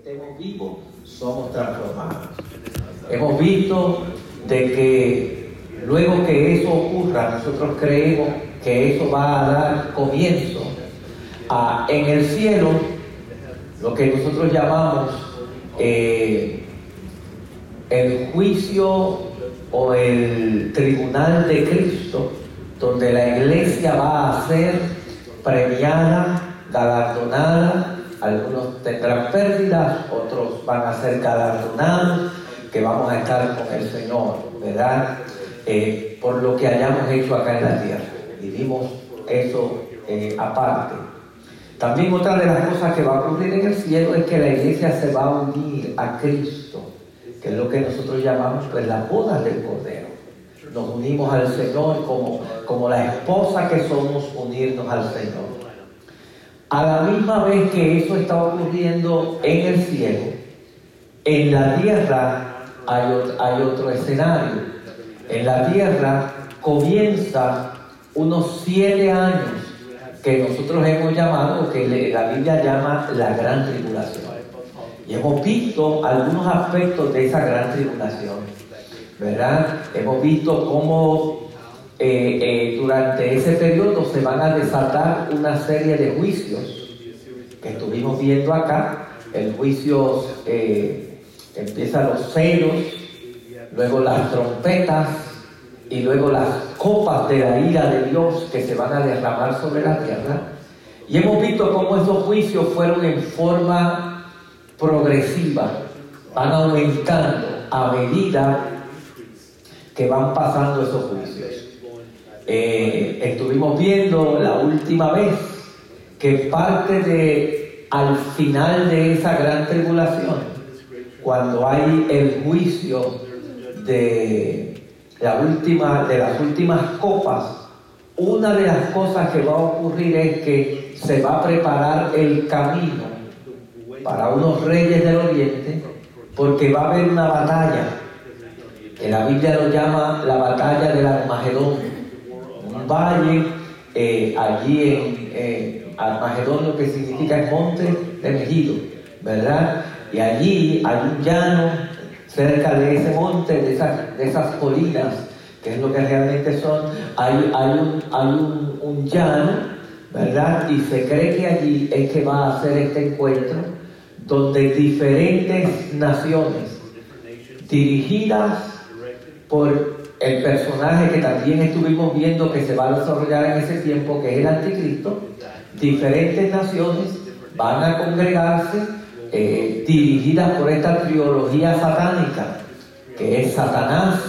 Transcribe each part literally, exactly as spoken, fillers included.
estemos vivos, somos transformados. Hemos visto de que luego que eso ocurra, nosotros creemos que eso va a dar comienzo a, en el cielo, lo que nosotros llamamos eh, el juicio o el tribunal de Cristo, donde la iglesia va a ser premiada, galardonada. Algunos tendrán pérdidas, otros van a ser galardonados, que vamos a estar con el Señor, ¿verdad? Eh, por lo que hayamos hecho acá en la tierra. Vivimos eso eh, aparte. También otra de las cosas que va a ocurrir en el cielo es que la iglesia se va a unir a Cristo, que es lo que nosotros llamamos pues las bodas del Cordero. Nos unimos al Señor como, como la esposa que somos, unirnos al Señor. A la misma vez que eso está ocurriendo en el cielo, en la tierra hay otro, hay otro escenario. En la tierra comienza unos siete años que nosotros hemos llamado, que la Biblia llama la gran tribulación. Y hemos visto algunos aspectos de esa gran tribulación, ¿verdad? Hemos visto cómo eh, eh, durante ese periodo se van a desatar una serie de juicios que estuvimos viendo acá. El juicio eh, empieza los sellos, luego las trompetas y luego las copas de la ira de Dios que se van a derramar sobre la tierra. Y hemos visto cómo esos juicios fueron en forma progresiva, van aumentando a medida que van pasando esos juicios. Eh, estuvimos viendo la última vez que parte de al final de esa gran tribulación, cuando hay el juicio de la última de las últimas copas, una de las cosas que va a ocurrir es que se va a preparar el camino para unos reyes del oriente, porque va a haber una batalla que la Biblia lo llama la batalla del Armagedón, un valle eh, allí en eh, Armagedón, lo que significa el monte de Megido, ¿verdad? Y allí hay un llano cerca de ese monte, de esas, de esas colinas, que es lo que realmente son. Hay, hay, un, hay un, un llano, ¿verdad? Y se cree que allí es que va a ser este encuentro, donde diferentes naciones, dirigidas por el personaje que también estuvimos viendo que se va a desarrollar en ese tiempo, que es el anticristo, diferentes naciones van a congregarse eh, dirigidas por esta trilogía satánica, que es Satanás,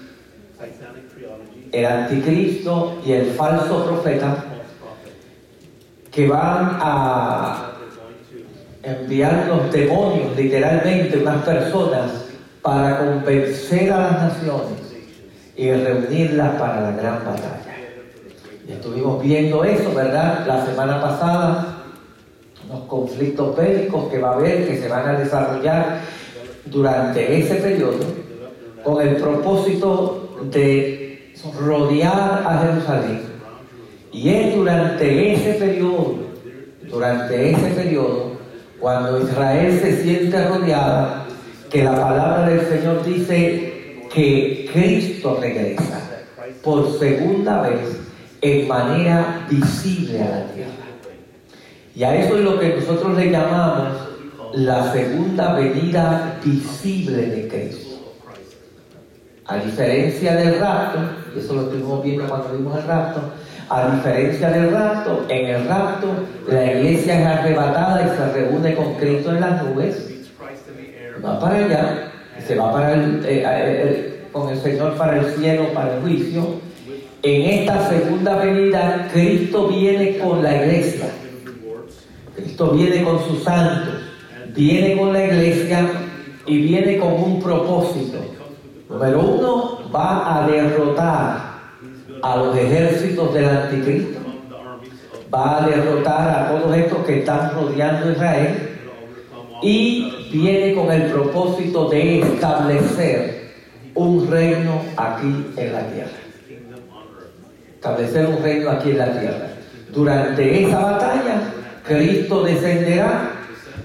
el anticristo y el falso profeta, que van a enviar los demonios, literalmente unas personas, para convencer a las naciones y reunirlas para la gran batalla. Y estuvimos viendo eso, ¿verdad? La semana pasada, los conflictos bélicos que va a haber, que se van a desarrollar durante ese periodo, con el propósito de rodear a Jerusalén. Y es durante ese periodo, durante ese periodo, cuando Israel se siente rodeada, que la palabra del Señor dice que Cristo regresa por segunda vez en manera visible a la tierra. Y a eso es lo que nosotros le llamamos la segunda venida visible de Cristo. A diferencia del rapto, y eso lo estuvimos viendo cuando vimos el rapto, a diferencia del rapto, en el rapto la iglesia es arrebatada y se reúne con Cristo en las nubes, va para allá, se va para el, eh, eh, con el Señor para el cielo, para el juicio. En esta segunda venida, Cristo viene con la iglesia, Cristo viene con sus santos, viene con la iglesia y viene con un propósito. Número uno, va a derrotar a los ejércitos del anticristo, va a derrotar a todos estos que están rodeando a Israel, y viene con el propósito de establecer un reino aquí en la tierra. Establecer un reino aquí en la tierra. Durante esa batalla, Cristo descenderá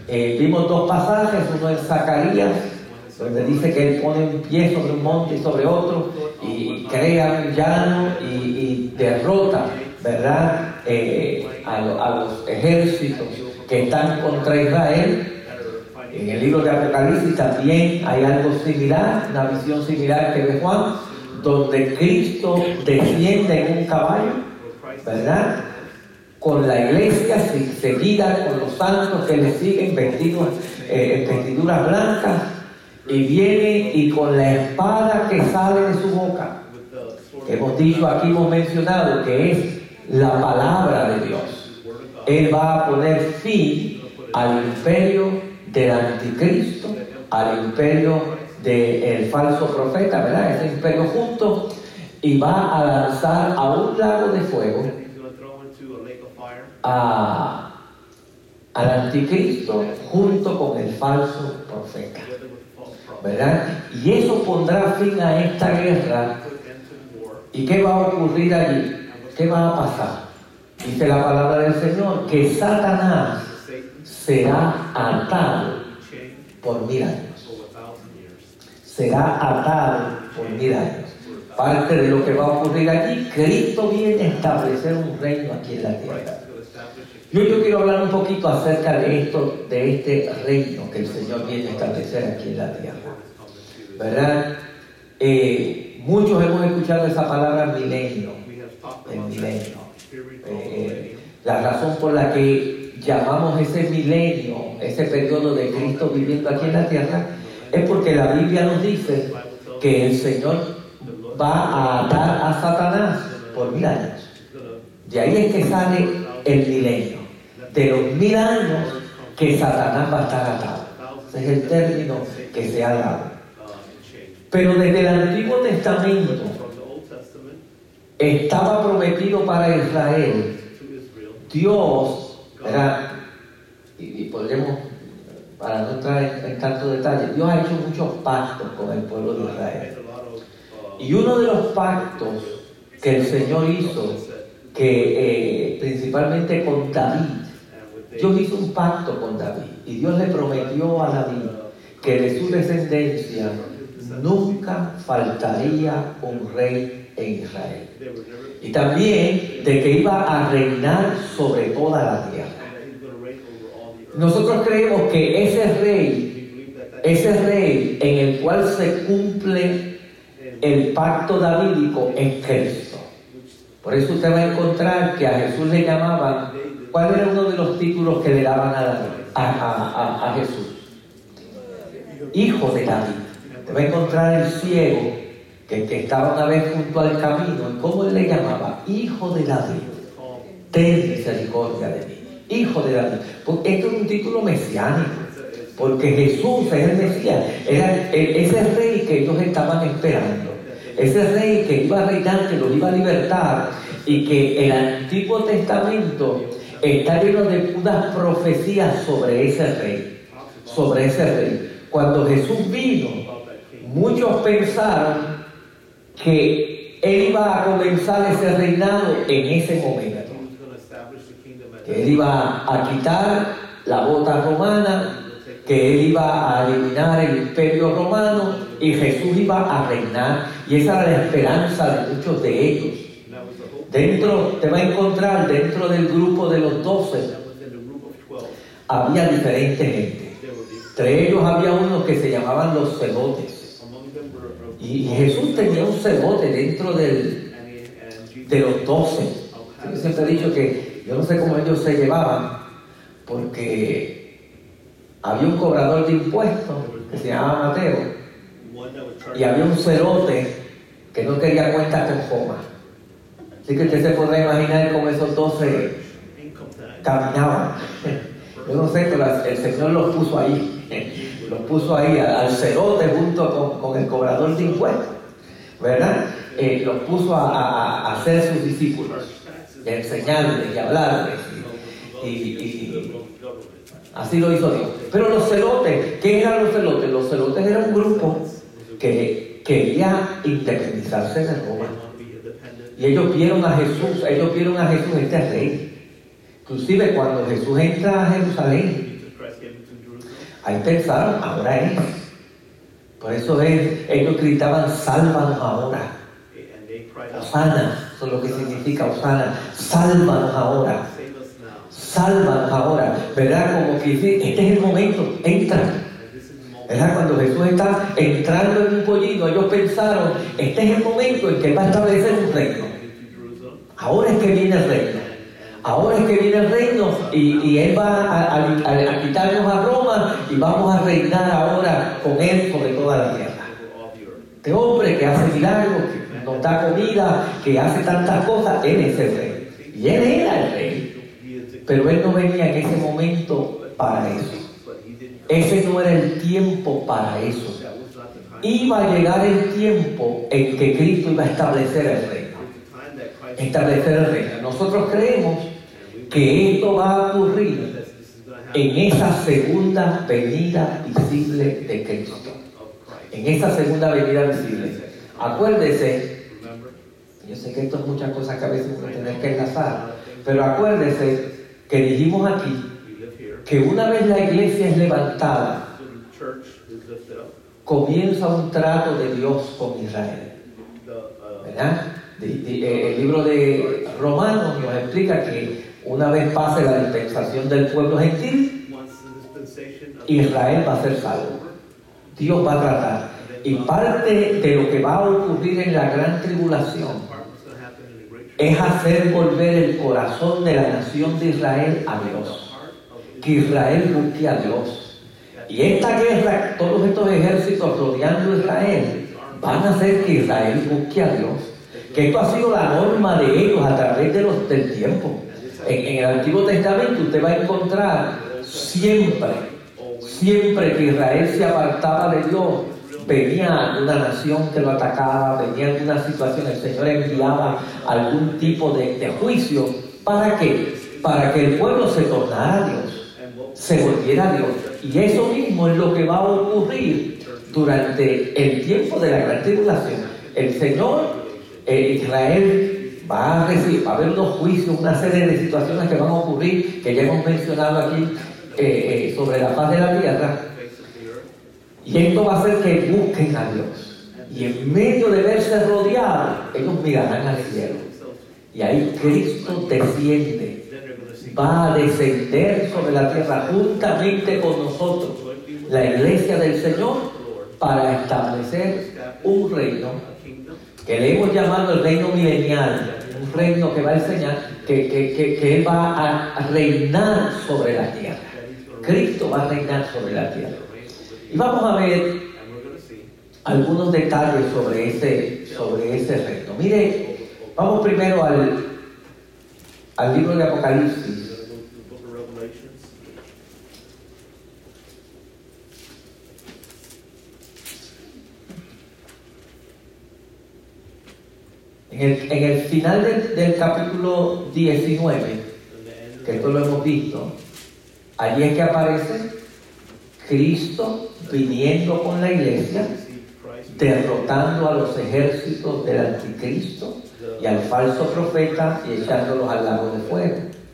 Eh, vimos dos pasajes, uno en Zacarías, donde dice que él pone un pie sobre un monte y sobre otro, y crea un llano y, y derrota, ¿verdad?, eh, a, a los ejércitos que están contra Israel. En el libro de Apocalipsis también hay algo similar, una visión similar que ve Juan, donde Cristo desciende en un caballo, ¿verdad?, con la iglesia seguida, con los santos que le siguen vestidos eh, en vestiduras blancas, y viene y con la espada que sale de su boca, que hemos dicho aquí, hemos mencionado que es la palabra de Dios, él va a poner fin al imperio del anticristo, al imperio del falso profeta, ¿verdad?, ese imperio justo, y va a lanzar a un lago de fuego a, al anticristo junto con el falso profeta, ¿verdad? Y eso pondrá fin a esta guerra. ¿Y qué va a ocurrir allí? ¿Qué va a pasar? Dice la palabra del Señor que Satanás será atado por mil años. Será atado por mil años. Parte de lo que va a ocurrir allí, Cristo viene a establecer un reino aquí en la tierra. Yo, yo quiero hablar un poquito acerca de esto, de este reino que el Señor viene a establecer aquí en la tierra, ¿verdad? Eh, muchos hemos escuchado esa palabra milenio, el milenio. Eh, la razón por la que llamamos ese milenio, ese periodo de Cristo viviendo aquí en la tierra, es porque la Biblia nos dice que el Señor va a atar a Satanás por mil años. De ahí es que sale el milenio, de los mil años que Satanás va a estar atado. Ese es el término que se ha dado. Pero desde el Antiguo Testamento estaba prometido para Israel. Dios, ¿verdad? Y, y podremos, para no entrar en, en tanto detalle, Dios ha hecho muchos pactos con el pueblo de Israel. Y uno de los pactos que el Señor hizo, que eh, principalmente con David, Dios hizo un pacto con David, y Dios le prometió a David que de su descendencia nunca faltaría un rey en Israel, y también de que iba a reinar sobre toda la tierra. Nosotros creemos que ese rey, ese rey en el cual se cumple el pacto davídico es Cristo. Por eso usted va a encontrar que a Jesús le llamaban, ¿cuál era uno de los títulos que le daban a, David, a, a, a, a Jesús? Hijo de David. Te va a encontrar el ciego que, que estaba una vez junto al camino, y cómo él le llamaba, Hijo de David, ten misericordia de mí, Hijo de David. Porque esto es un título mesiánico, porque Jesús es el Mesías, era ese rey que ellos estaban esperando, ese rey que iba a reinar, que los iba a libertar, y que el Antiguo Testamento está lleno de unas profecías sobre ese rey, sobre ese rey. Cuando Jesús vino, muchos pensaron que él iba a comenzar ese reinado en ese momento, que él iba a quitar la bota romana, que él iba a eliminar el imperio romano y Jesús iba a reinar, y esa era la esperanza de muchos de ellos. Dentro, te va a encontrar dentro del grupo de los doce, había diferente gente. Entre ellos había unos que se llamaban los celotes, y Jesús tenía un celote dentro del, de los doce. Yo siempre he dicho que yo no sé cómo ellos se llevaban, porque había un cobrador de impuestos que se llamaba Mateo, y había un celote que no quería cuentas con Joma. Así que usted se podrá imaginar cómo esos doce caminaban. Yo no sé, pero el Señor los puso ahí. Los puso ahí al celote junto con, con el cobrador de impuestos, ¿verdad? Eh, los puso a, a, a ser sus discípulos, y a enseñarles y a hablarles. Y, y, y así lo hizo Dios. Pero los celotes, ¿qué eran los celotes? Los celotes eran un grupo que quería independizarse de Roma. Y ellos vieron a Jesús, ellos vieron a Jesús, este rey. Inclusive cuando Jesús entra a Jerusalén, Ahí pensaron, ahora es. Por eso es, ellos gritaban, sálvanos ahora. Osana, eso es lo que significa Osana, sálvanos ahora. Sálvanos ahora, ¿verdad? Como que dice, este es el momento, entra. ¿Verdad? Cuando Jesús está entrando en un pollino, ellos pensaron, este es el momento en que Él va a establecer un reino. Ahora es que viene el reino. Ahora es que viene el reino y, y Él va a, a, a, a quitarnos a Roma y vamos a reinar ahora con Él sobre toda la tierra. Este hombre que hace milagros, que nos da comida, que hace tantas cosas, Él es el rey. Y Él era el rey. Pero Él no venía en ese momento para eso. Ese no era el tiempo para eso. Iba a llegar el tiempo en que Cristo iba a establecer el reino. Establecer el reino. Nosotros creemos que esto va a ocurrir en esa segunda venida visible de Cristo. En esa segunda venida visible. Acuérdese, yo sé que esto es muchas cosas que a veces uno tiene que enlazar, pero acuérdese que dijimos aquí que una vez la iglesia es levantada, comienza un trato de Dios con Israel. ¿Verdad? El libro de Romanos nos explica que una vez pase la dispensación del pueblo gentil, Israel va a ser salvo. Dios va a tratar. Y parte de lo que va a ocurrir en la gran tribulación es hacer volver el corazón de la nación de Israel a Dios. Que Israel busque a Dios. Y esta guerra, todos estos ejércitos rodeando a Israel, van a hacer que Israel busque a Dios. Que esto ha sido la norma de ellos a través de los, del tiempo. En, en el Antiguo Testamento usted va a encontrar siempre, siempre que Israel se apartaba de Dios, venía una nación que lo atacaba, venía una situación, el Señor enviaba algún tipo de, de juicio. ¿Para qué? Para que el pueblo se tornara a Dios, se volviera a Dios. Y eso mismo es lo que va a ocurrir durante el tiempo de la gran tribulación. El Señor, eh, Israel va a recibir, va a haber unos juicios, una serie de situaciones que van a ocurrir, que ya hemos mencionado aquí eh, eh, sobre la faz de la tierra. Y esto va a hacer que busquen a Dios. Y en medio de verse rodeados, ellos mirarán al cielo. Y ahí Cristo desciende. Va a descender sobre la tierra juntamente con nosotros, la iglesia del Señor, para establecer un reino que le hemos llamado el reino milenial, un reino que va a enseñar que, que, que, que Él va a reinar sobre la tierra. Cristo va a reinar sobre la tierra. Y vamos a ver algunos detalles sobre ese, sobre ese reino. Mire, vamos primero al, al libro de Apocalipsis. En el, en el final del, del capítulo diecinueve, que esto lo hemos visto, allí es que aparece Cristo viniendo con la iglesia, derrotando a los ejércitos del anticristo y al falso profeta y echándolos al lago de fuego.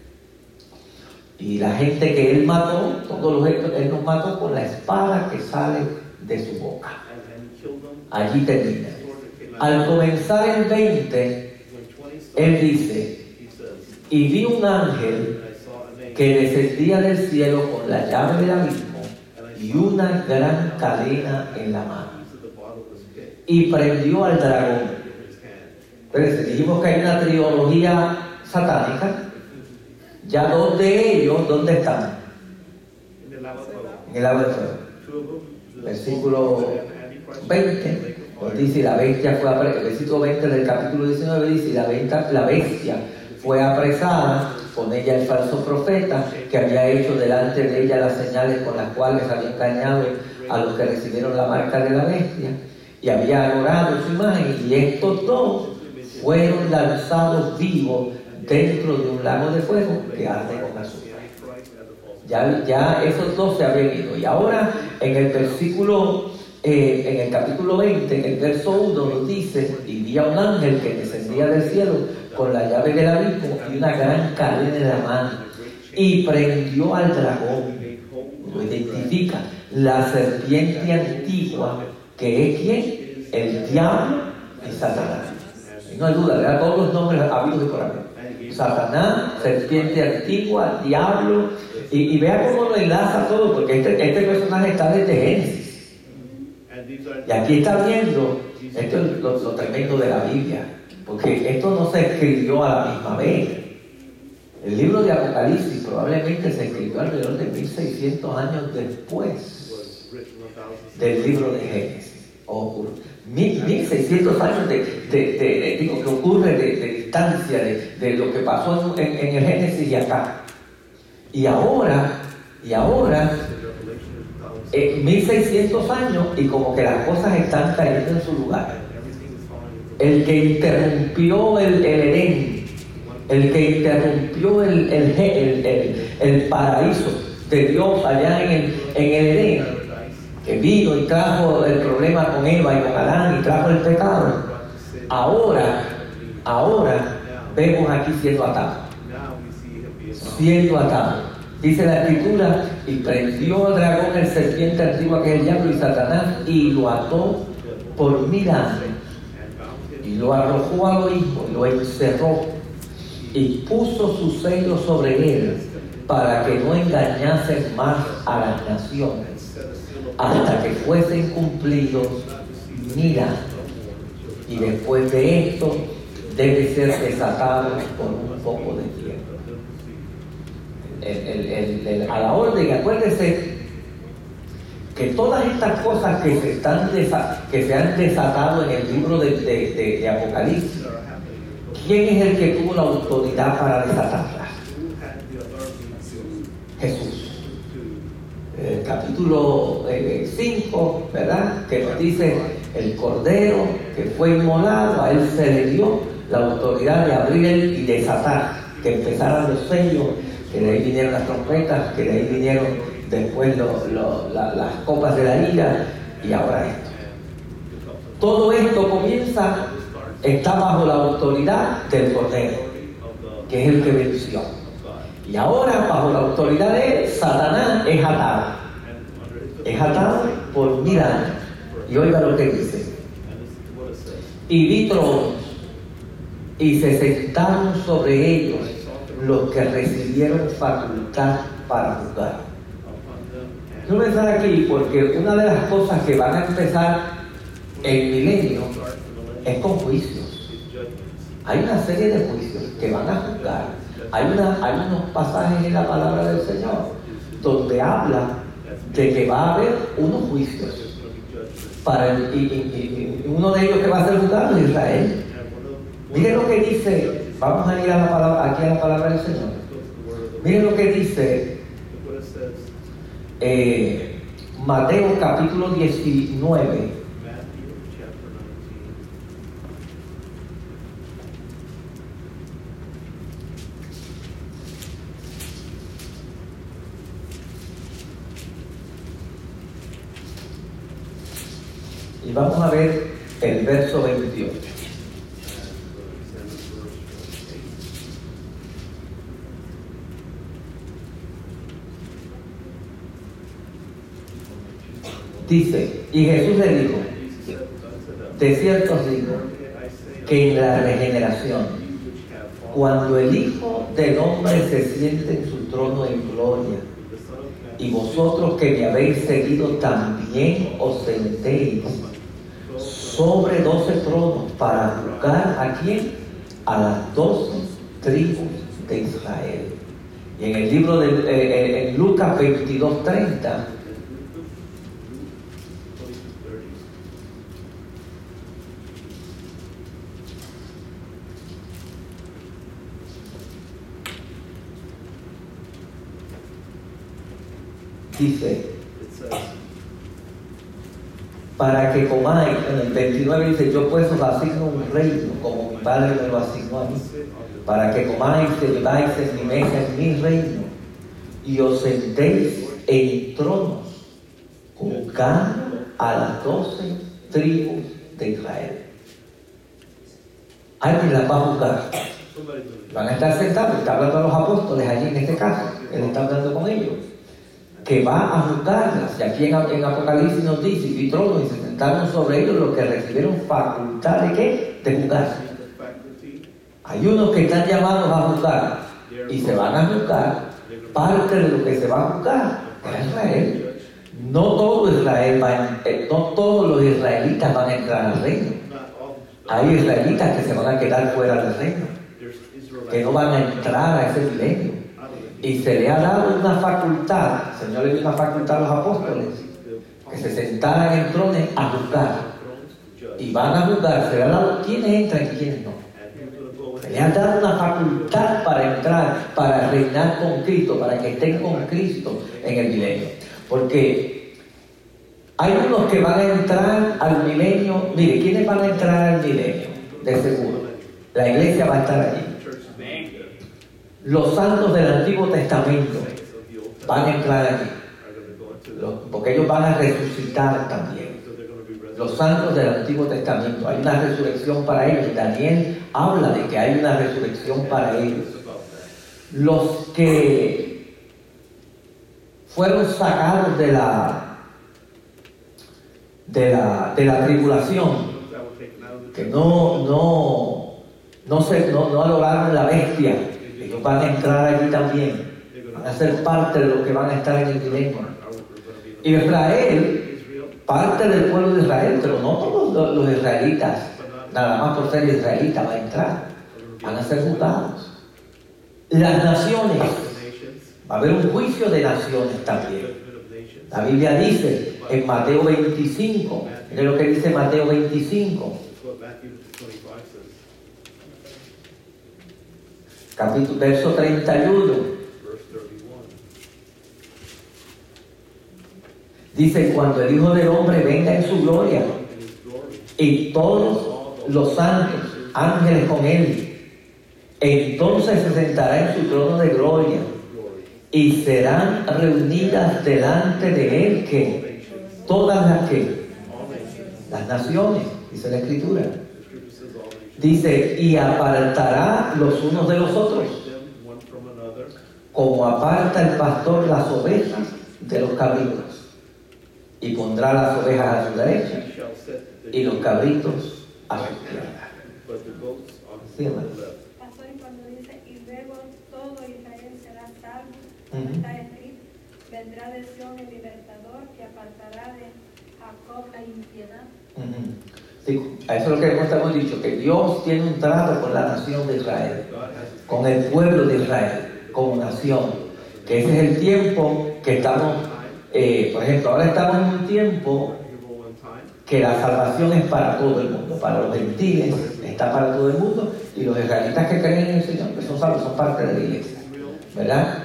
Y la gente que él mató, todos los él nos mató con la espada que sale de su boca. Allí termina. Al comenzar el veinte, él dice, y vi un ángel que descendía del cielo con la llave del abismo y una gran cadena en la mano, y prendió al dragón. Entonces, dijimos que hay una trilogía satánica. Ya dos de ellos, ¿dónde están? En el lago de fuego. Versículo veinte. Pues dice, la bestia fue apresada. El versículo veinte del capítulo diecinueve dice, la bestia, la bestia fue apresada, con ella el falso profeta, que había hecho delante de ella las señales con las cuales había engañado a los que recibieron la marca de la bestia, y había adorado su imagen, y estos dos fueron lanzados vivos dentro de un lago de fuego que arde con azufre. Ya, ya esos dos se habían ido. Y ahora en el versículo, eh, en el capítulo veinte, en el verso uno, nos dice, y vi a un ángel que descendía del cielo con la llave del abismo y una gran cadena en la mano, y prendió al dragón. Lo identifica. la serpiente antigua, que es ¿quién? El diablo y Satanás. Y no hay duda, ¿verdad? Todos los nombres habidos y por haber. Satanás, serpiente antigua, diablo, y, y vea cómo lo enlaza todo, porque este, este personaje está desde Génesis. Y aquí está viendo, esto es lo, lo tremendo de la Biblia, porque esto no se escribió a la misma vez. El libro de Apocalipsis probablemente se escribió alrededor de mil seiscientos años después del libro de Génesis. O mil seiscientos años de, de, de, de, digo, que ocurre de, de distancia de, de lo que pasó en, en el Génesis y acá. Y ahora, y ahora, eh, mil seiscientos años y como que las cosas están cayendo en su lugar. El que interrumpió el, el Edén, el que interrumpió el, el, el, el, el paraíso de Dios allá en el, en el Edén, que vino y trajo el problema con Eva y con Adán y trajo el pecado, ahora, ahora vemos aquí siendo atado, siendo atado. Dice la Escritura, y prendió el dragón, el serpiente antigua que es el diablo y Satanás, y lo ató por mil años, y lo arrojó al abismo, y lo encerró, y puso su sello sobre él, para que no engañase más a las naciones, hasta que fuesen cumplidos mil años. Y después de esto, debe ser desatado por un poco de tiempo. El, el, el, el, a la orden, acuérdense que todas estas cosas que se, están desa, que se han desatado en el libro de, de, de, de Apocalipsis, ¿quién es el que tuvo la autoridad para desatarlas? Jesús. El capítulo cinco, ¿verdad? Que nos dice el Cordero que fue inmolado, a él se le dio la autoridad de abrir y desatar, que empezaran los sellos, que de ahí vinieron las trompetas, que de ahí vinieron después lo, lo, la, las copas de la ira, y ahora esto. Todo esto comienza, está bajo la autoridad del Cordero, que es el que venció. Y ahora, bajo la autoridad de Satanás, es atado. Es atado por mil años. Y oiga lo que dice. Y vi tronos, y se sentaron sobre ellos los que recibieron facultad para juzgar. Yo voy a estar aquí porque una de las cosas que van a empezar el milenio es con juicios. Hay una serie de juicios que van a juzgar. Hay, una, hay unos pasajes en la palabra del Señor donde habla de que va a haber unos juicios para el, y, y, y uno de ellos que va a ser juzgado es Israel. Miren lo que dice, vamos a ir a la palabra, aquí a la palabra del Señor. Miren lo que dice eh, Mateo capítulo diecinueve. Y vamos a ver el verso veintiocho. Dice, y Jesús le dijo, de cierto os digo, que en la regeneración, cuando el Hijo del Hombre se siente en su trono en gloria, y vosotros que me habéis seguido también os sentéis sobre doce tronos para juzgar a quién, a las doce tribus de Israel. Y en el libro de eh, en Lucas veintidós treinta dice, para que comáis, en el veintinueve dice, yo pues os asigno un reino, como mi Padre me lo asignó a mí, para que comáis y bebáis en mi mesa en mi reino, y os sentéis en tronos, juzgando a las doce tribus de Israel. Alguien las va a juzgar. Van a estar sentados, está hablando a los apóstoles allí en este caso, él está hablando con ellos. que va a juzgarlas. Y aquí en, en Apocalipsis nos dice, y vi tronos y se sentaron sobre ellos los que recibieron facultad de qué? De juzgar. Hay unos que están llamados a juzgar y se van a juzgar. Parte de lo que se va a juzgar es Israel. No todo Israel va a, eh, no todos los israelitas van a entrar al reino. Hay israelitas que se van a quedar fuera del reino, que no van a entrar a ese milenio. Y se le ha dado una facultad, el Señor le dio una facultad a los apóstoles, que se sentaran en tronos a juzgar. Y van a juzgar, se le ha dado quiénes entran y quiénes no. Se le ha dado una facultad para entrar, para reinar con Cristo, para que estén con Cristo en el milenio. Porque hay unos que van a entrar al milenio. Mire, ¿quiénes van a entrar al milenio? De seguro. La iglesia va a estar allí. Los santos del Antiguo Testamento van a entrar allí. Los, porque ellos van a resucitar también. Los santos del Antiguo Testamento. Hay una resurrección para ellos. Daniel habla de que hay una resurrección para ellos. Los que fueron sacados de la de la, de la tribulación, que no no no se no, no adoraron la bestia, ellos van a entrar allí también, van a ser parte de los que van a estar en el milenio. Israel, parte del pueblo de Israel, pero no todos los, los israelitas, nada más por ser israelita va a entrar, van a ser juzgados. Las naciones, va a haber un juicio de naciones también. La Biblia dice en Mateo veinticinco, mire lo que dice Mateo veinticinco, capítulo, verso treinta y uno. Dice, cuando el Hijo del Hombre venga en su gloria y todos los santos, ángeles con él, entonces se sentará en su trono de gloria y serán reunidas delante de él que todas las que las naciones, dice la Escritura. Dice, y apartará los unos de los otros, como aparta el pastor las ovejas de los cabritos, y pondrá las ovejas a su derecha y los cabritos a su izquierda. Sí, pastor, y cuando dice, y luego todo Israel será salvo, uh-huh. Está escrito, vendrá de Sion el libertador que apartará de Jacob la impiedad. Uh-huh. Sí, a eso es lo que hemos dicho, que Dios tiene un trato con la nación de Israel, con el pueblo de Israel, como nación, que ese es el tiempo que estamos, eh, por ejemplo, ahora estamos en un tiempo que la salvación es para todo el mundo, para los gentiles está para todo el mundo, y los israelitas que creen en el Señor, que son salvos, son parte de la iglesia, ¿verdad?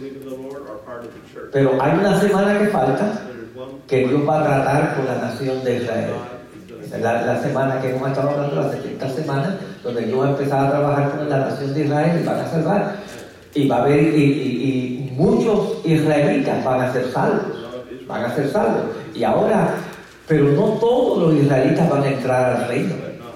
Pero hay una semana que falta, que Dios va a tratar con la nación de Israel. La, la semana que hemos estado hablando, la setenta semana, donde Dios va a empezar a trabajar con la nación de Israel y van a salvar. Y va a haber, y, y, y muchos israelitas van a ser salvos, van a ser salvos. Y ahora, pero no todos los israelitas van a entrar al reino.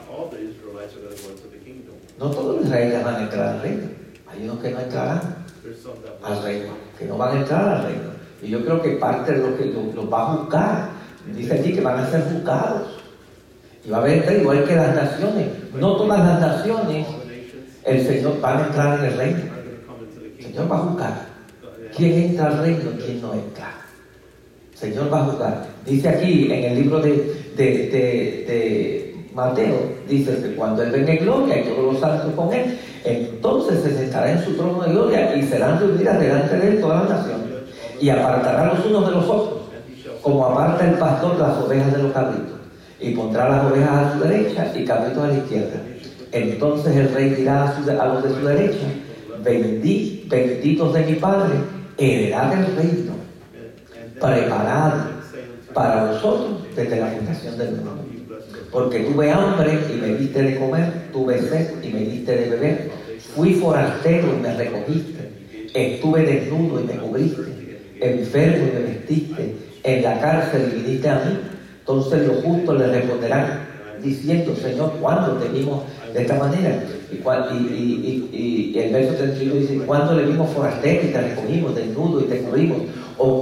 No todos los israelitas van a entrar al reino. Hay unos que no entrarán al reino, que no van a entrar al reino. Y yo creo que parte de lo que los lo va a juzgar, dice aquí que van a ser juzgados. Y va a haber, igual que las naciones, no todas las naciones, el Señor va a entrar en el reino. El Señor va a juzgar quién entra al reino y quién no entra. El Señor va a juzgar. Dice aquí en el libro de, de, de, de Mateo, dice que cuando Él venga en gloria y todos los santos con Él, entonces se sentará en su trono de gloria y serán reunidas delante de Él todas las naciones. Y apartará los unos de los otros, como aparta el pastor las ovejas de los cabritos. Y pondrá las ovejas a su derecha y cabritos a la izquierda. Entonces el rey dirá a, su, a los de su derecha, Bendí, benditos de mi Padre, heredad del reino, preparado para vosotros desde la fundación del mundo. Porque tuve hambre y me diste de comer, tuve sed y me diste de beber, fui forastero y me recogiste, estuve desnudo y me cubriste, enfermo y me vestiste, en la cárcel y viniste a mí. Entonces los justos le responderán diciendo, Señor, ¿cuándo te vimos de esta manera? Y, y, y, y, y el verso treinta y uno dice, ¿cuándo le vimos forastero y te recogimos, desnudo y te cubrimos? O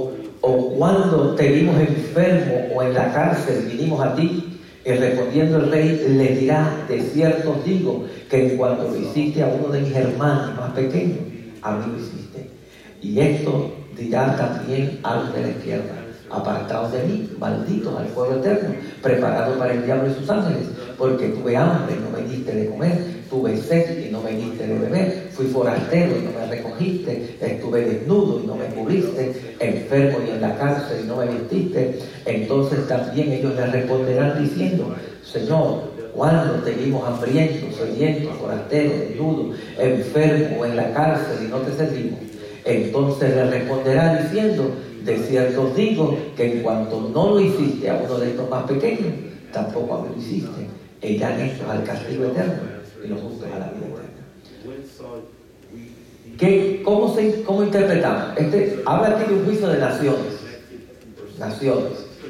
O cuando te vimos enfermo o en la cárcel, vinimos a ti. Y respondiendo el rey, le dirá: de cierto os digo, que en cuanto lo hiciste a uno de mis hermanos más pequeños, a mí lo hiciste. Y esto dirá también a los de la izquierda: apartados de mí, malditos al fuego eterno, preparado para el diablo y sus ángeles, porque tuve hambre y no me diste de comer, tuve sed y no me diste de beber, fui forastero y no me recogiste, estuve desnudo y no me cubriste, enfermo y en la cárcel y no me vististe. Entonces también ellos le responderán diciendo: Señor, ¿cuándo te vimos hambriento, sediento, forastero, desnudo, enfermo o en la cárcel y no te servimos? Entonces le responderá diciendo: de cierto os digo, que en cuanto no lo hiciste a uno de estos más pequeños, tampoco a mí lo hiciste. Irán estos al castigo eterno y los justos a la vida eterna. ¿Qué, cómo, se, ¿Cómo interpretamos? Este, habla aquí de un juicio de naciones. Naciones.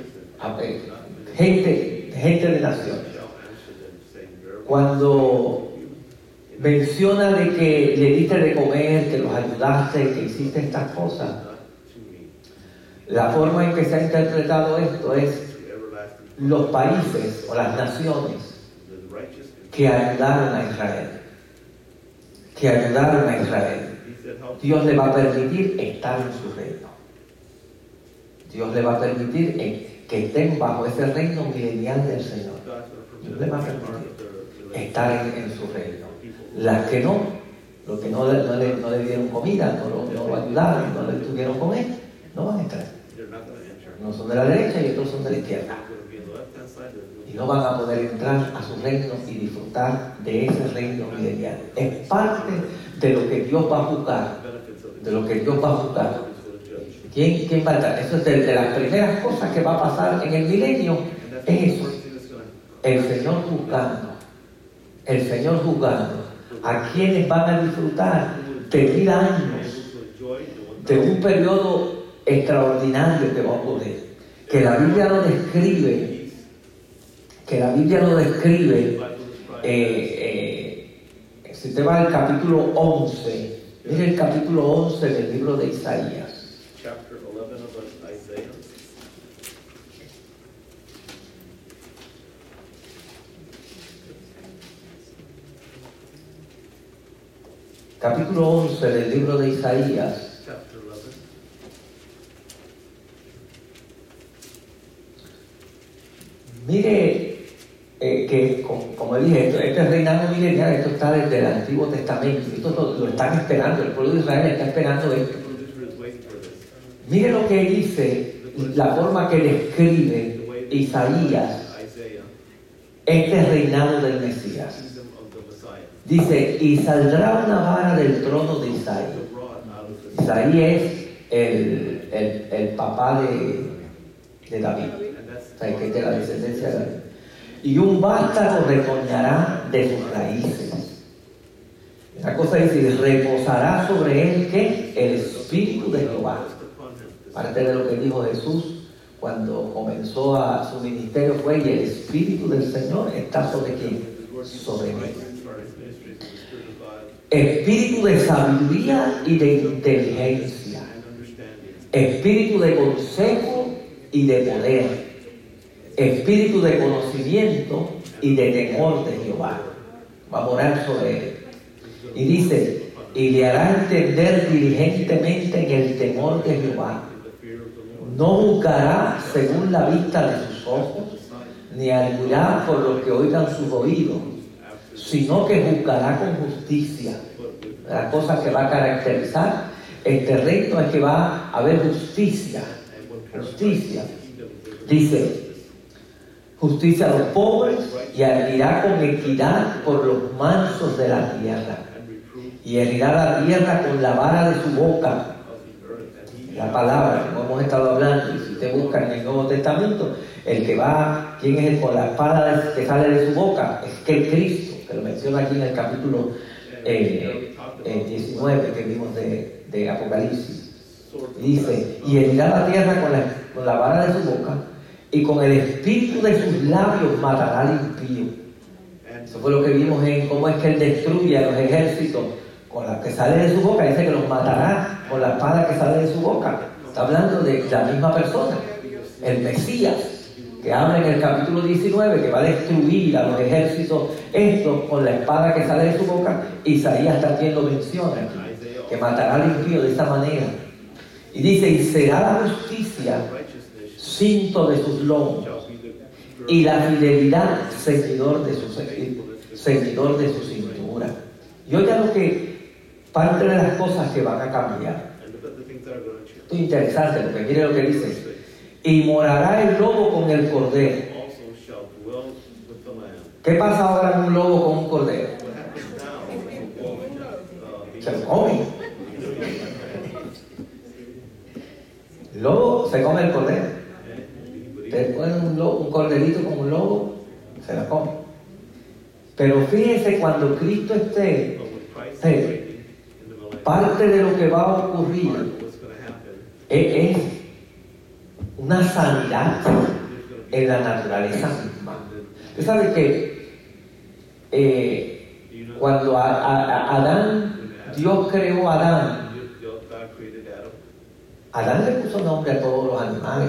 Gente, gente de naciones. Cuando menciona de que le diste de comer, que los ayudaste, que hiciste estas cosas, la forma en que se ha interpretado esto es los países o las naciones que ayudaron a Israel, que ayudaron a Israel. Dios le va a permitir estar en su reino. Dios le va a permitir que estén bajo ese reino milenial del Señor. Dios le va a permitir estar en, en su reino. Las que no, los que no, no, le, no le dieron comida, no lo, no lo ayudaron, no le tuvieron comer, no van a entrar. No son de la derecha y otros son de la izquierda. Y no van a poder entrar a su reino y disfrutar de ese reino milenial. Es parte de lo que Dios va a juzgar. De lo que Dios va a juzgar. ¿Quién, quién va a entrar? Eso es de, de las primeras cosas que va a pasar en el milenio. Es eso. El Señor juzgando. El Señor juzgando. A quienes van a disfrutar de mil años. De un periodo extraordinario que va a ocurrir. Que la Biblia lo describe. Que la Biblia lo describe. Eh, eh, si usted va al capítulo once, mire el capítulo once del libro de Isaías. Capítulo once del libro de Isaías. Mire eh, que, como, como dije, esto, este reinado milenial, esto está desde el Antiguo Testamento. Esto lo, lo están esperando, el pueblo de Israel está esperando esto. Mire lo que dice, la forma que describe Isaías este reinado del Mesías. Dice: y saldrá una vara del trono de Isaí. Isaí es el, el, el papá de, de David, o sea, que es de la descendencia de David. Y un vástago retoñará de sus raíces. La cosa dice: reposará sobre él ¿qué? El Espíritu de Jehová. Parte de lo que dijo Jesús cuando comenzó a su ministerio fue: y el Espíritu del Señor está sobre quién? Sobre mí. Espíritu de sabiduría y de inteligencia, espíritu de consejo y de poder, espíritu de conocimiento y de temor de Jehová. Va a morar sobre él. Y dice: y le hará entender diligentemente en el temor de Jehová. No juzgará según la vista de sus ojos, ni arguirá por lo que oigan sus oídos, sino que juzgará con justicia. La cosa que va a caracterizar este reino es que va a haber justicia. Justicia. Dice: justicia a los pobres, y herirá con equidad por los mansos de la tierra. Y herirá la tierra con la vara de su boca. La palabra, como hemos estado hablando, y si usted busca en el Nuevo Testamento, el que va, ¿quién es el con la espada que sale de su boca? Es que el Cristo, que lo menciona aquí en el capítulo eh, eh, diecinueve que vimos de, de Apocalipsis. Dice: y herirá la tierra con la, con la vara de su boca, y con el espíritu de sus labios matará al impío. Eso fue lo que vimos en cómo es que él destruye a los ejércitos con la que sale de su boca. Dice que los matará con la espada que sale de su boca. Está hablando de la misma persona, el Mesías, que habla en el capítulo diecinueve, que va a destruir a los ejércitos estos con la espada que sale de su boca. Isaías también lo menciona aquí, que matará al impío de esta manera. Y dice, y será la justicia cinto de sus lomos, y la fidelidad seguidor de su, seguidor de su cintura. Y oiga lo que, parte de las cosas que van a cambiar. Esto es interesante, porque mire lo que dice. Y morará el lobo con el cordero. ¿Qué pasa ahora en un lobo con un cordero? Se lo come. El lobo se come el cordero. Ustedes ponen un, lobo, un corderito con un lobo, se lo come. Pero fíjense, cuando Cristo esté, esté, parte de lo que va a ocurrir es, es una sanidad en la naturaleza misma. Usted sabe que eh, cuando a, a, a Adán, Dios creó a Adán, Adán le puso nombre a todos los animales.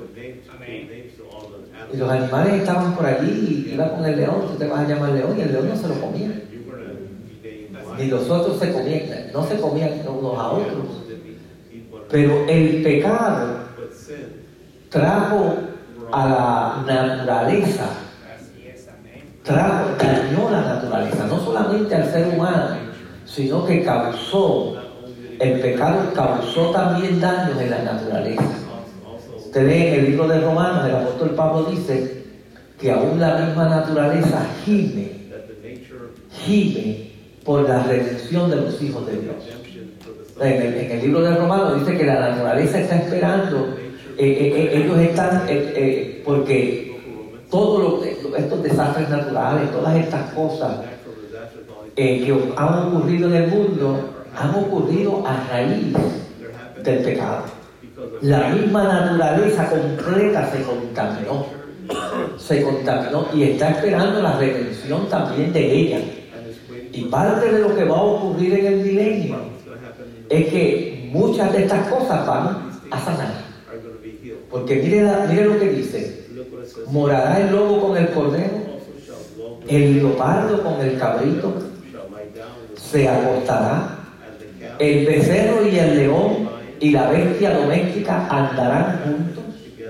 Y los animales estaban por allí, y iba con el león, tú te vas a llamar león, y el león no se lo comía. Ni los otros se comían, no se comían unos a otros. Pero el pecado trajo a la naturaleza, trajo, dañó la naturaleza, no solamente al ser humano, sino que causó, el pecado causó también daños en la naturaleza. Usted ve en el libro de Romanos, el apóstol Pablo dice que aún la misma naturaleza gime, gime por la redención de los hijos de Dios. En el, en el libro de Romanos dice que la naturaleza está esperando, eh, eh, eh, ellos están, eh, eh, porque todos estos desastres naturales, todas estas cosas eh, que han ocurrido en el mundo, han ocurrido a raíz del pecado. La misma naturaleza completa se contaminó, se contaminó y está esperando la redención también de ella. Y parte de lo que va a ocurrir en el milenio es que muchas de estas cosas van a sanar. Porque mire, la, mire lo que dice: morará el lobo con el cordero, el leopardo con el cabrito, se acostará, el becerro y el león y la bestia doméstica andarán juntos.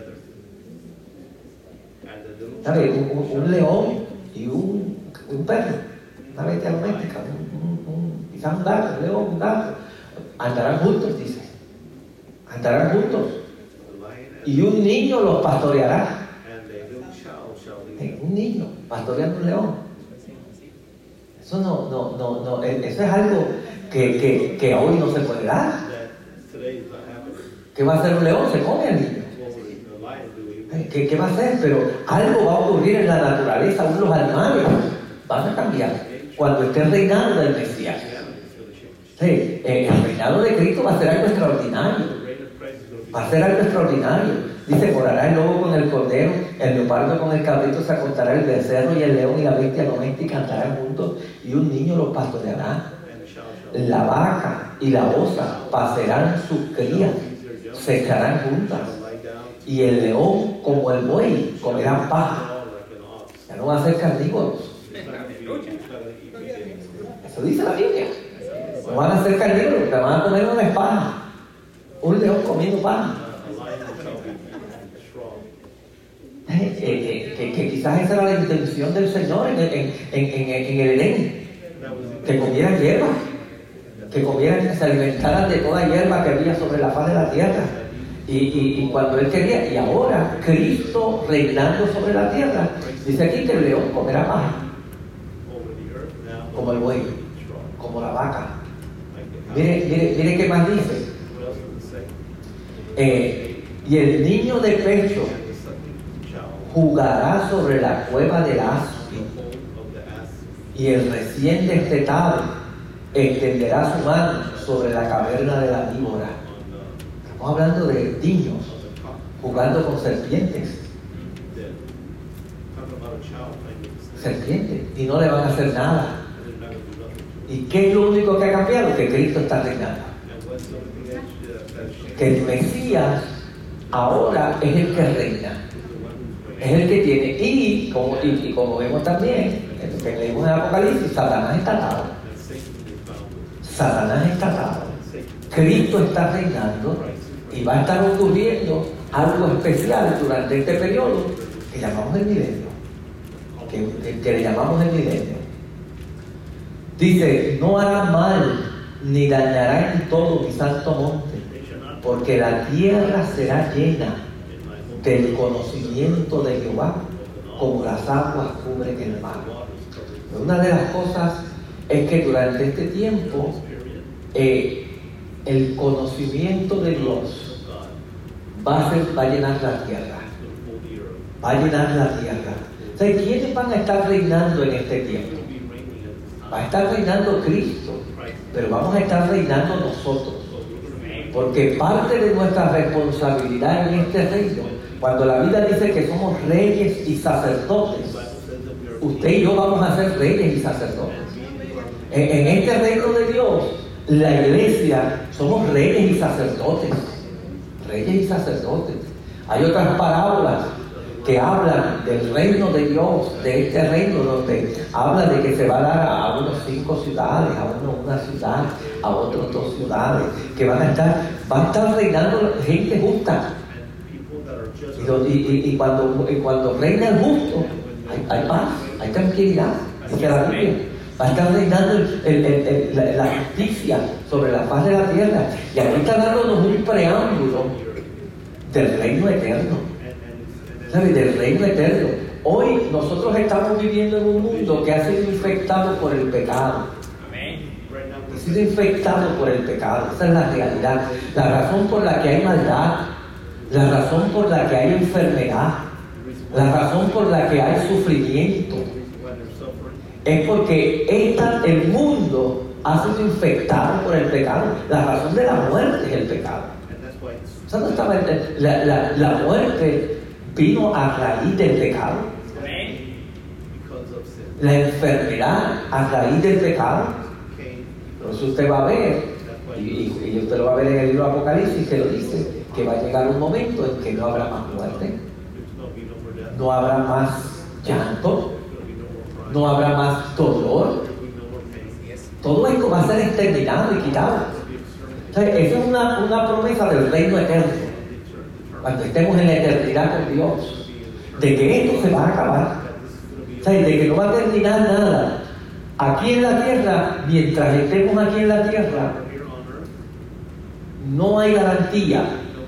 ¿Sabe? Un, un, un león y un, un perro, una bestia doméstica, un, un, un, quizás un gato, un león, un gato, andarán juntos, dice. Andarán juntos. Y un niño los pastoreará. Eh, un niño pastoreando un león. Eso no, no, no, no, eso es algo que, que, que hoy no se puede dar. ¿Qué va a hacer un león? Se come al niño. ¿Qué, ¿Qué va a hacer? Pero algo va a ocurrir en la naturaleza, aún los animales van a cambiar cuando esté reinando del Mesías. Sí, el reinado de Cristo va a ser algo extraordinario. Va a ser algo extraordinario. Dice, morará el lobo con el cordero, el leopardo con el cabrito, se acostará el becerro y el león y la bestia doméstica andarán juntos, y un niño los pastoreará. La vaca y la osa pasarán sus crías, se echarán juntas, y el león como el buey comerán paja. Ya no van a ser carnívoros. Eso dice la Biblia. No van a ser carnívoros, te van a comer una paja. Un león comiendo paja. Eh, eh, que, que quizás esa era la intención del Señor en, en, en, en, en el Edén, que comieran hierba, que comieran, que se alimentaran de toda hierba que había sobre la faz de la tierra. Y, y, y cuando Él quería, y ahora Cristo reinando sobre la tierra, dice aquí que el león comerá paja, como el buey, como la vaca. Mire, mire, mire qué más dice. Eh, y el niño de pecho jugará sobre la cueva del aspi, y el recién destetado extenderá su mano sobre la caverna de la víbora. Estamos hablando de niños jugando con serpientes. Serpientes, y no le van a hacer nada. ¿Y qué es lo único que ha cambiado? Que Cristo está reinando. Que el Mesías ahora es el que reina, es el que tiene, y como, y, y como vemos también, en lo que leímos en el Apocalipsis, Satanás está atado. Satanás está atado. Cristo está reinando y va a estar ocurriendo algo especial durante este periodo que llamamos el milenio, que, que, que le llamamos el milenio. Dice, no hará mal ni dañará en todo mi santo monte, porque la tierra será llena del conocimiento de Jehová, como las aguas cubren el mar. Una de las cosas es que durante este tiempo eh, el conocimiento de Dios va a, ser, va a llenar la tierra, va a llenar la tierra. O sea, ¿quiénes van a estar reinando en este tiempo? Va a estar reinando Cristo, pero vamos a estar reinando nosotros, porque parte de nuestra responsabilidad en este reino, cuando la Biblia dice que somos reyes y sacerdotes, usted y yo vamos a ser reyes y sacerdotes. En, en este reino de Dios, la iglesia, somos reyes y sacerdotes, reyes y sacerdotes. Hay otras parábolas que hablan del reino de Dios, de este reino donde habla de que se va a dar a unos cinco ciudades, a uno una ciudad, a otros dos ciudades, que van a estar, va a estar reinando gente justa. Y, y, y, cuando, y cuando reina el justo, hay, hay paz, hay tranquilidad, dice la Biblia. Va a estar reinando el, el, el, el, la, la justicia sobre la faz de la tierra. Y aquí está dándonos un preámbulo del reino eterno. ¿Sabes? Del reino eterno. Hoy nosotros estamos viviendo en un mundo que ha sido infectado por el pecado. Ha sido infectado por el pecado. Esa es la realidad. La razón por la que hay maldad, la razón por la que hay enfermedad, la razón por la que hay sufrimiento, es porque esta, el mundo ha sido infectado por el pecado. La razón de la muerte es el pecado. O sea, no estaba la, la, la muerte vino a raíz del pecado. La enfermedad a raíz del pecado. Entonces usted va a ver, y, y, y usted lo va a ver en el libro de Apocalipsis, que lo dice, que va a llegar un momento en que no habrá más muerte, no habrá más llanto, no habrá más dolor. Todo esto va a ser exterminado y quitado. O sea, esa es una, una promesa del reino eterno. Cuando estemos en la eternidad con Dios, de que esto se va a acabar, o sea, de que no va a terminar nada aquí en la tierra. Mientras estemos aquí en la tierra, no hay garantía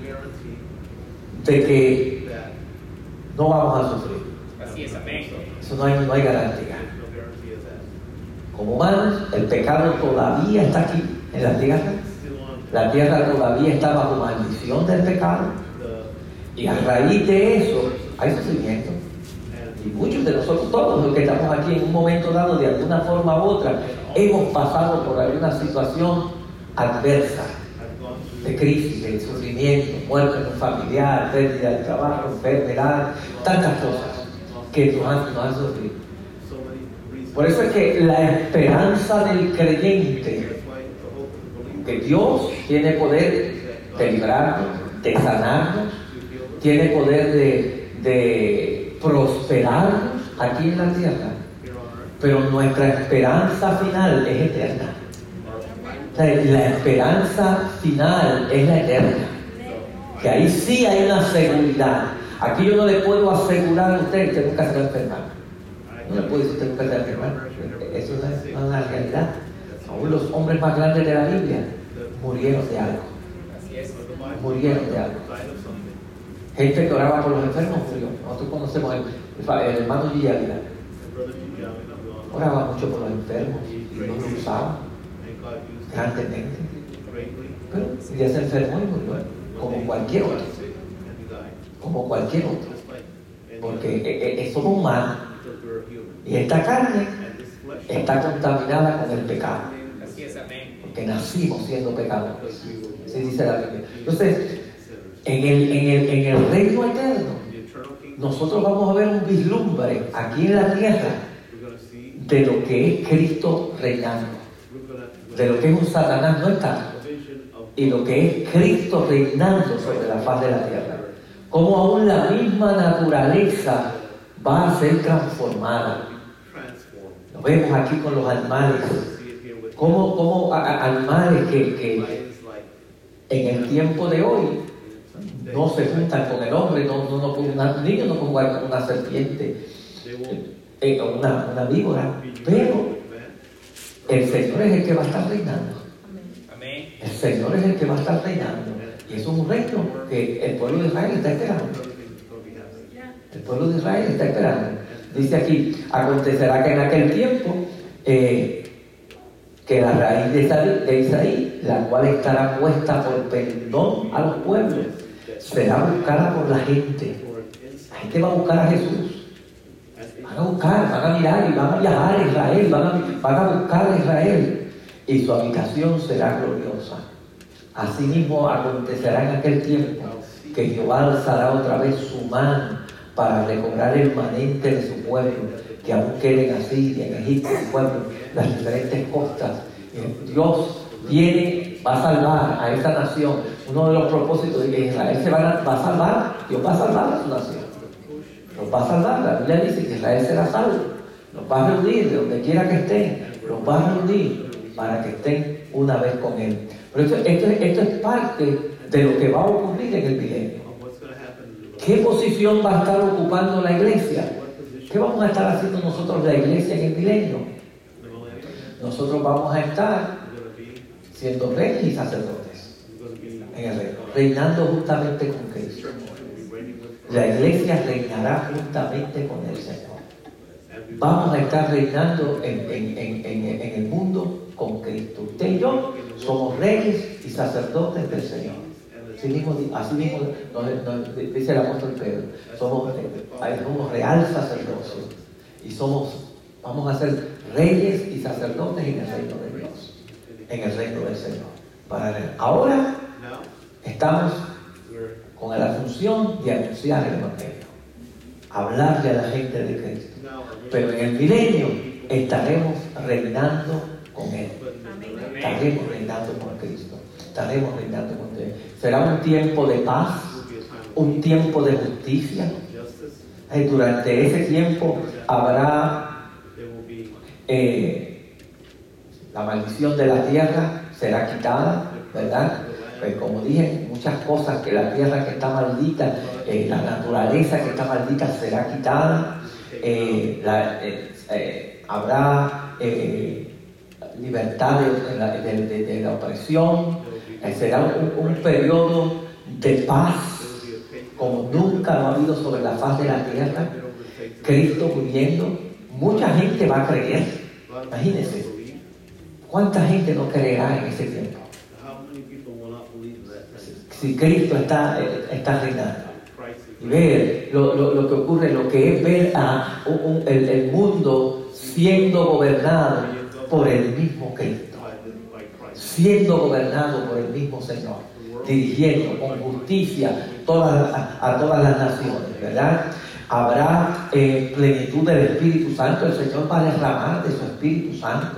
de que no vamos a sufrir. Así es, amén. Eso no hay, no hay garantía. Como humanos, el pecado todavía está aquí en la tierra. La tierra todavía está bajo maldición del pecado. Y a raíz de eso hay sufrimiento. Y muchos de nosotros, todos los que estamos aquí en un momento dado, de alguna forma u otra, hemos pasado por alguna situación adversa, de crisis, de sufrimiento, muerte de un familiar, pérdida de trabajo, enfermedad, tantas cosas que nos han, nos han sufrido. Por eso es que la esperanza del creyente, que Dios tiene poder de librarnos, de sanarnos, tiene poder de, de prosperarnos aquí en la tierra, pero nuestra esperanza final es eterna. O sea, la esperanza final es la eterna, que ahí sí hay una seguridad. Aquí yo no le puedo asegurar a usted que nunca se va a enfermar. No le puedo decir que nunca se va a enfermar. Eso no es, no es una realidad. Aún los hombres más grandes de la Biblia murieron de algo. Murieron de algo. Gente que oraba por los enfermos murió. Nosotros conocemos el, el hermano Villalina. Oraba mucho por los enfermos y no lo usaba grandemente. Pero ya se enfermó y murió, como cualquier otro. Como cualquier otro. Porque eh, eh, somos humanos. Y esta carne está contaminada con el pecado. Porque nacimos siendo pecadores. Así dice la Biblia. Entonces, En el, en, el, en el reino eterno, nosotros vamos a ver un vislumbre aquí en la tierra de lo que es Cristo reinando, de lo que es un Satanás no está, y lo que es Cristo reinando sobre la faz de la tierra. Cómo aún la misma naturaleza va a ser transformada. Lo vemos aquí con los animales. Cómo, cómo a, a, animales que, que en el tiempo de hoy no se juntan con el hombre, no, no, no, un niño no puede jugar con una serpiente, eh, una, una víbora, pero el Señor es el que va a estar reinando. El Señor es el que va a estar reinando. Y eso es un reino que el pueblo de Israel está esperando. El pueblo de Israel está esperando. Dice aquí, acontecerá que en aquel tiempo eh, que la raíz de Isaí, de Isaí, la cual estará puesta por pendón a los pueblos, será buscada por la gente. La gente va a buscar a Jesús. Van a buscar, van a mirar y van a viajar a Israel, van a, van a buscar a Israel. Y su habitación será gloriosa. Asimismo acontecerá en aquel tiempo que Jehová alzará otra vez su mano para recobrar el manente de su pueblo, que aún quede en Asiria, en Egipto, su pueblo, las diferentes costas. Dios viene, va a salvar a esta nación. Uno de los propósitos de que Israel se va a, va a salvar, Dios va a salvar a su nación. Los va a salvar. La Biblia dice que Israel será salvo. Los va a reunir de donde quiera que estén. Los va a reunir para que estén una vez con Él. Pero esto, esto, esto es parte de lo que va a ocurrir en el milenio. ¿Qué posición va a estar ocupando la iglesia? ¿Qué vamos a estar haciendo nosotros la iglesia en el milenio? Nosotros vamos a estar siendo reyes y sacerdotes en el reino, reinando juntamente con Cristo. La iglesia reinará juntamente con el Señor. Vamos a estar reinando en, en, en, en, en el mundo con Cristo. Usted y yo somos reyes y sacerdotes del Señor. Así mismo, así mismo nos, nos dice el apóstol Pedro, somos, somos real sacerdocio y somos, vamos a ser reyes y sacerdotes en el reino de Dios, en el reino del Señor. Para ahora estamos con la función de anunciar el Evangelio, hablarle a la gente de Cristo, pero en el milenio estaremos reinando con Él, estaremos reinando con Cristo. Estaremos reinando con Él. Será un tiempo de paz, un tiempo de justicia. Y durante ese tiempo habrá eh, la maldición de la tierra será quitada, ¿verdad? Pues como dije, muchas cosas que la tierra que está maldita, eh, la naturaleza que está maldita será quitada. Eh, la, eh, eh, habrá eh, libertad de, de, de, de la opresión. Será un, un periodo de paz como nunca lo ha habido sobre la faz de la tierra. Cristo muriendo, mucha gente va a creer. Imagínense, ¿cuánta gente no creerá en ese tiempo? Si Cristo está, está reinando. Y ver lo, lo, lo que ocurre, lo que es ver a un, un, el, el mundo siendo gobernado por el mismo Cristo. Siendo gobernado por el mismo Señor, dirigiendo con justicia todas, a, a todas las naciones, ¿verdad? Habrá eh, plenitud del Espíritu Santo. El Señor va a derramar de su Espíritu Santo.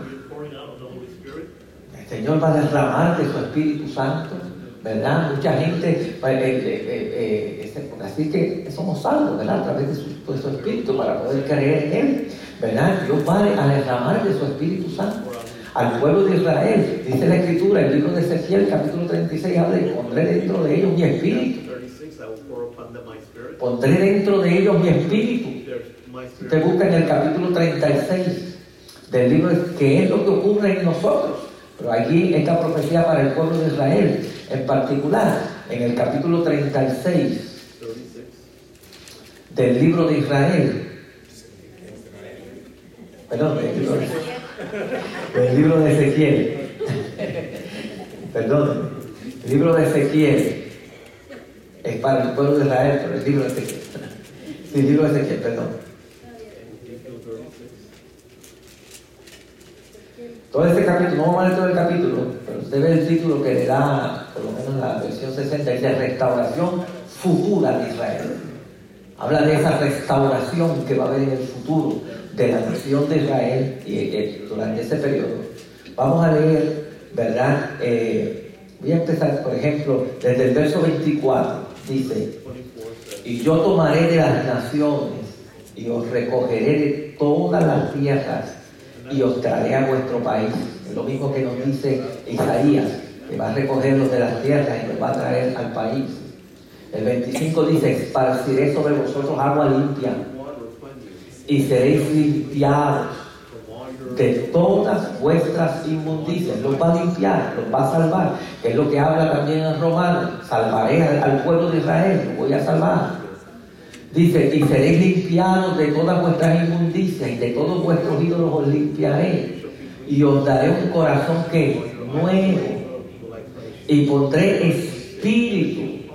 El Señor va a derramar de su Espíritu Santo, ¿verdad? Mucha gente, eh, eh, eh, eh, así que somos salvos, ¿verdad? A través de su, de su Espíritu para poder creer en Él, ¿verdad? Dios va a derramar de su Espíritu Santo al pueblo de Israel. Dice la Escritura, el libro de Ezequiel, capítulo treinta y seis, habla de pondré dentro de ellos mi espíritu. Pondré dentro de ellos mi espíritu. Usted busca en el capítulo treinta y seis del libro de qué es lo que ocurre en nosotros. Pero aquí esta profecía para el pueblo de Israel, en particular, en el capítulo treinta y seis del libro de Israel. Perdón, del libro de Israel. El libro de Ezequiel, perdón, el libro de Ezequiel es para el pueblo de Israel, pero el libro de Ezequiel, sí, el libro de Ezequiel, perdón. Todo este capítulo, no vamos a leer todo el capítulo, pero usted ve el título que le da, por lo menos la versión sesenta, dice restauración futura de Israel. Habla de esa restauración que va a haber en el futuro de la nación de Israel y, eh, durante ese periodo. Vamos a leer, ¿verdad? Eh, Voy a empezar, por ejemplo, desde el verso veinticuatro. Dice: y yo tomaré de las naciones y os recogeré de todas las tierras y os traeré a vuestro país. Es lo mismo que nos dice Isaías, que va a recogerlos de las tierras y los va a traer al país. El veinticinco dice: esparciré sobre vosotros agua limpia y seréis limpiados de todas vuestras inmundicias. Los va a limpiar, los va a salvar, que es lo que habla también en Romanos: salvaré al, al pueblo de Israel, lo voy a salvar. Dice: y seréis limpiados de todas vuestras inmundicias, y de todos vuestros ídolos os limpiaré, y os daré un corazón que nuevo, y pondré espíritu,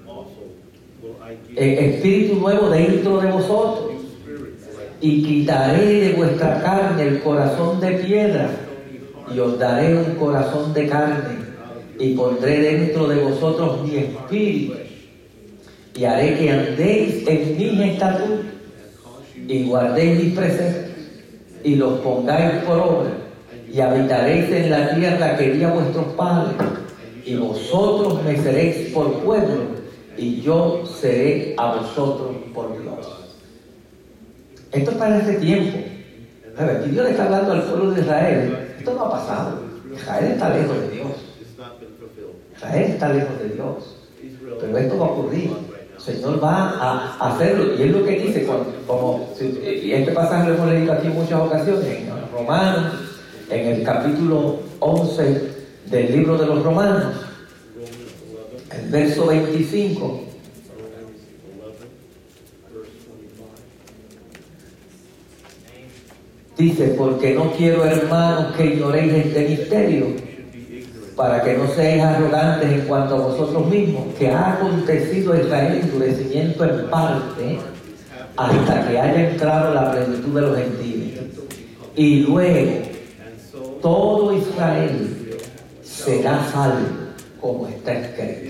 eh, espíritu nuevo dentro de vosotros, y quitaré de vuestra carne el corazón de piedra, y os daré un corazón de carne, y pondré dentro de vosotros mi espíritu, y haré que andéis en mis estatutos, y guardéis mis preceptos, y los pongáis por obra, y habitaréis en la tierra que di a vuestros padres, y vosotros me seréis por pueblo, y yo seré a vosotros por Dios. Esto es para ese tiempo. A ver, aquí Dios le está hablando al pueblo de Israel. Esto no ha pasado. Israel está lejos de Dios. Israel está lejos de Dios. Pero esto va a ocurrir. El Señor va a hacerlo. Y es lo que dice, cuando, como, y este pasaje lo hemos leído aquí en muchas ocasiones, en Romanos, en el capítulo once del libro de los Romanos, el verso veinticinco. Dice: porque no quiero, hermanos, que ignoréis este misterio, para que no seáis arrogantes en cuanto a vosotros mismos, que ha acontecido a Israel endurecimiento en parte, hasta que haya entrado la plenitud de los gentiles. Y luego todo Israel será salvo, como está escrito: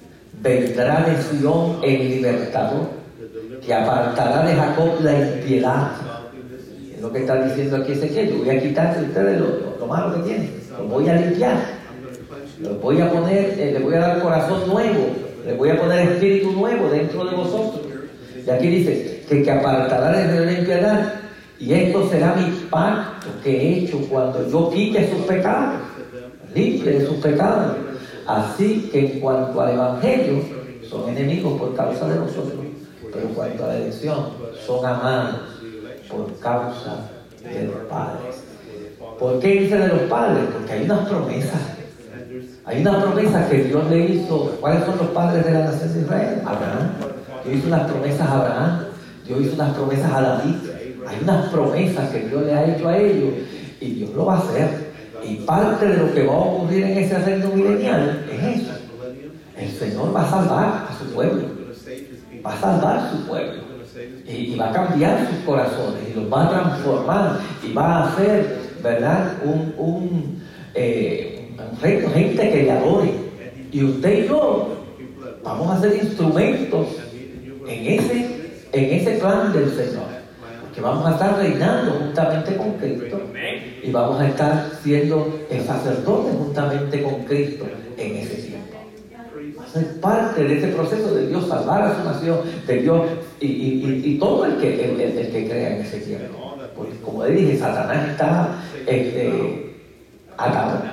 vendrá de Sion el libertador, que apartará de Jacob la impiedad. Es lo que está diciendo aquí Ezequiel: yo voy a quitar de ustedes lo, lo, lo malo que tienen, los voy a limpiar, los voy a poner, eh, les voy a dar corazón nuevo, les voy a poner espíritu nuevo dentro de vosotros. Y aquí dice que, que apartará de la impiedad, y esto será mi pacto que he hecho cuando yo quite sus pecados, limpie de sus pecados. Así que en cuanto al evangelio, son enemigos por causa de nosotros, pero en cuanto a la elección, son amados por causa de los padres. ¿Por qué dice de los padres? Porque hay unas promesas. Hay unas promesas que Dios le hizo. ¿Cuáles son los padres de la nación de Israel? Abraham. Dios hizo unas promesas a Abraham. Dios hizo unas promesas a David. Hay unas promesas que Dios le ha hecho a ellos, y Dios lo va a hacer. Y parte de lo que va a ocurrir en ese reino milenial es eso. El Señor va a salvar a su pueblo. Va a salvar a su pueblo. Y, y va a cambiar sus corazones, y los va a transformar, y va a hacer, ¿verdad?, un, un, eh, un reino, gente que le adore. Y usted y yo vamos a ser instrumentos en ese, en ese plan del Señor, porque vamos a estar reinando juntamente con Cristo, y vamos a estar siendo sacerdotes juntamente con Cristo en ese tiempo. Es parte de ese proceso de Dios salvar a su nación, de Dios y, y, y, y todo el que, el, el, el que crea en ese tiempo. Porque como le dije, Satanás está este, atado.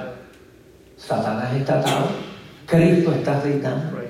Satanás está atado. Cristo está reinando.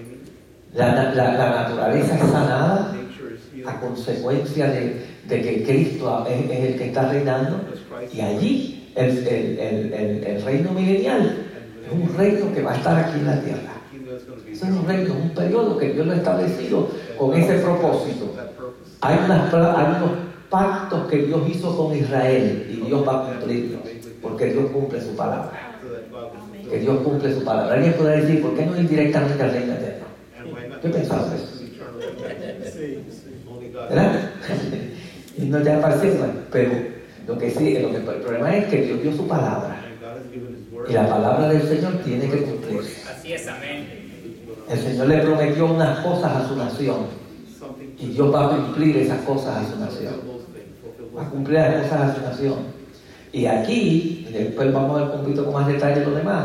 La, la, la naturaleza es sanada a consecuencia de, de que Cristo es, es el que está reinando. Y allí el, el, el, el, el reino milenial es un reino que va a estar aquí en la tierra. Es un reino, un periodo que Dios lo ha establecido con ese propósito. Hay, unas, hay unos pactos que Dios hizo con Israel, y Dios va a cumplirlos, porque Dios cumple su palabra. Que Dios cumple su palabra. Alguien podrá decir: ¿por qué no ir directamente al reino eterno? ¿Qué pensás de eso? ¿Verdad? Y no te aparece, pero lo que sí, lo que, el problema es que Dios dio su palabra, y la palabra del Señor tiene que cumplirse. Así es, amén. El Señor le prometió unas cosas a su nación, y Dios va a cumplir esas cosas a su nación. Va a cumplir las cosas a su nación. Y aquí, y después vamos a ver un poquito con más detalle lo demás, que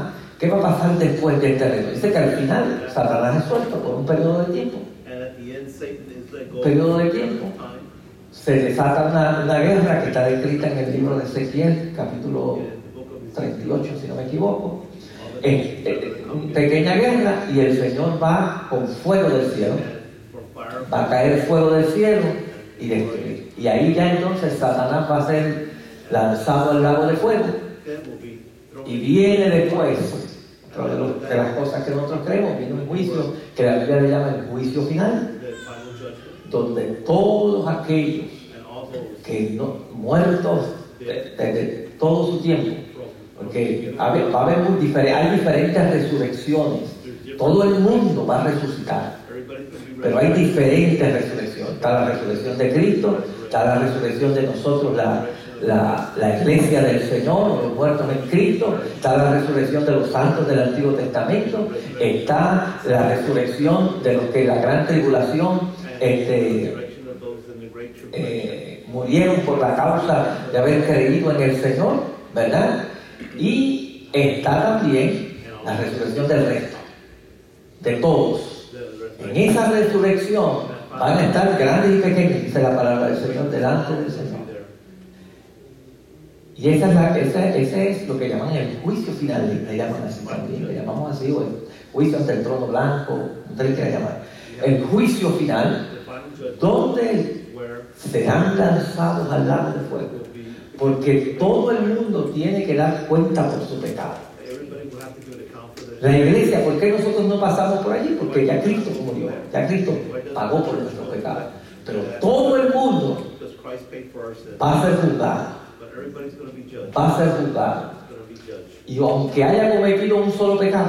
¿Qué va a pasar después de este reino? Dice que al final Satanás es suelto por un periodo de tiempo. Un periodo de tiempo. Se desata una, una guerra que está descrita en el libro de Ezequiel, capítulo treinta y ocho, si no me equivoco. Es, es, una pequeña guerra y el Señor va con fuego del cielo. Va a caer fuego del cielo y destruir. Y ahí ya entonces Satanás va a ser lanzado al lago de fuego. Y viene después, otra de, los, de las cosas que nosotros creemos, viene un juicio que la Biblia le llama el juicio final, donde todos aquellos que no, muertos desde de, de todo su tiempo, porque va a haber, va a haber muy diferente, hay diferentes resurrecciones, todo el mundo va a resucitar, pero hay diferentes resurrecciones. Está la resurrección de Cristo, está la resurrección de nosotros, la, la, la iglesia del Señor, los muertos en Cristo, está la resurrección de los santos del Antiguo Testamento, está la resurrección de los que la gran tribulación este, eh, murieron por la causa de haber creído en el Señor, ¿verdad? Y está también la resurrección del resto, de todos. En esa resurrección van a estar grandes y pequeños, dice la palabra del Señor, delante del Señor. Y esa es, la, esa, ese es lo que llaman el juicio final, le llaman así también, le llamamos así, o el juicio ante el trono blanco, no sé qué llamar. El juicio final, donde serán lanzados al lago de fuego, porque todo el mundo tiene que dar cuenta por su pecado. La iglesia, ¿por qué nosotros no pasamos por allí? Porque ya Cristo murió, ya Cristo pagó por nuestros pecados. Pero todo el mundo va a ser juzgado, va a ser juzgado. Y aunque haya cometido un solo pecado,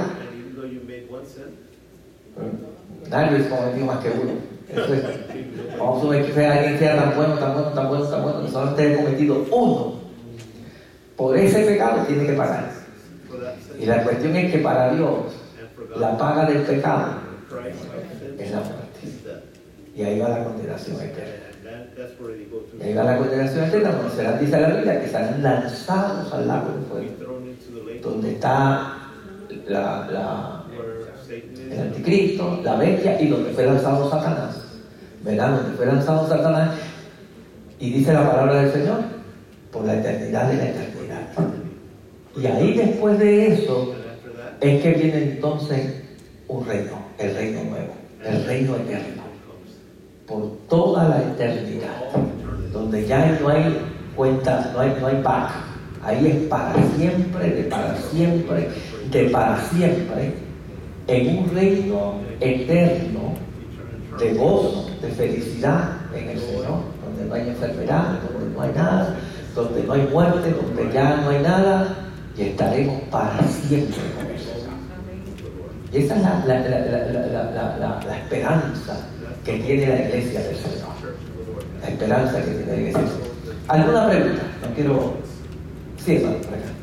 nadie ha cometido más que uno. Entonces, vamos a suponer que alguien sea tan bueno, tan bueno, tan bueno, tan bueno, que solamente haya cometido uno. Por ese pecado tiene que pagar. Y la cuestión es que para Dios la paga del pecado es la muerte. Y ahí va la condenación eterna. Y ahí va la condenación eterna, donde serán, dice la Biblia, que serán lanzados al lago de fuego, donde está la, la, el anticristo, la bestia, y donde fue lanzado Satanás, ¿verdad? Donde fue lanzado Satanás, y dice la palabra del Señor, por la eternidad de la eternidad. Y ahí después de eso es que viene entonces un reino, el reino nuevo, el reino eterno, por toda la eternidad, donde ya no hay cuenta, no hay, no hay paga. Ahí es para siempre, de para siempre, de para siempre, en un reino eterno de gozo, de felicidad en el Señor, donde no hay enfermedad, donde no hay nada, donde no hay muerte, donde ya no hay nada, y estaremos para siempre con el Señor. Y esa es la, la, la, la, la, la, la, la esperanza que tiene la iglesia del Señor. La esperanza que tiene la iglesia del Señor. ¿Alguna pregunta? No quiero... Sí, hermano, por acá.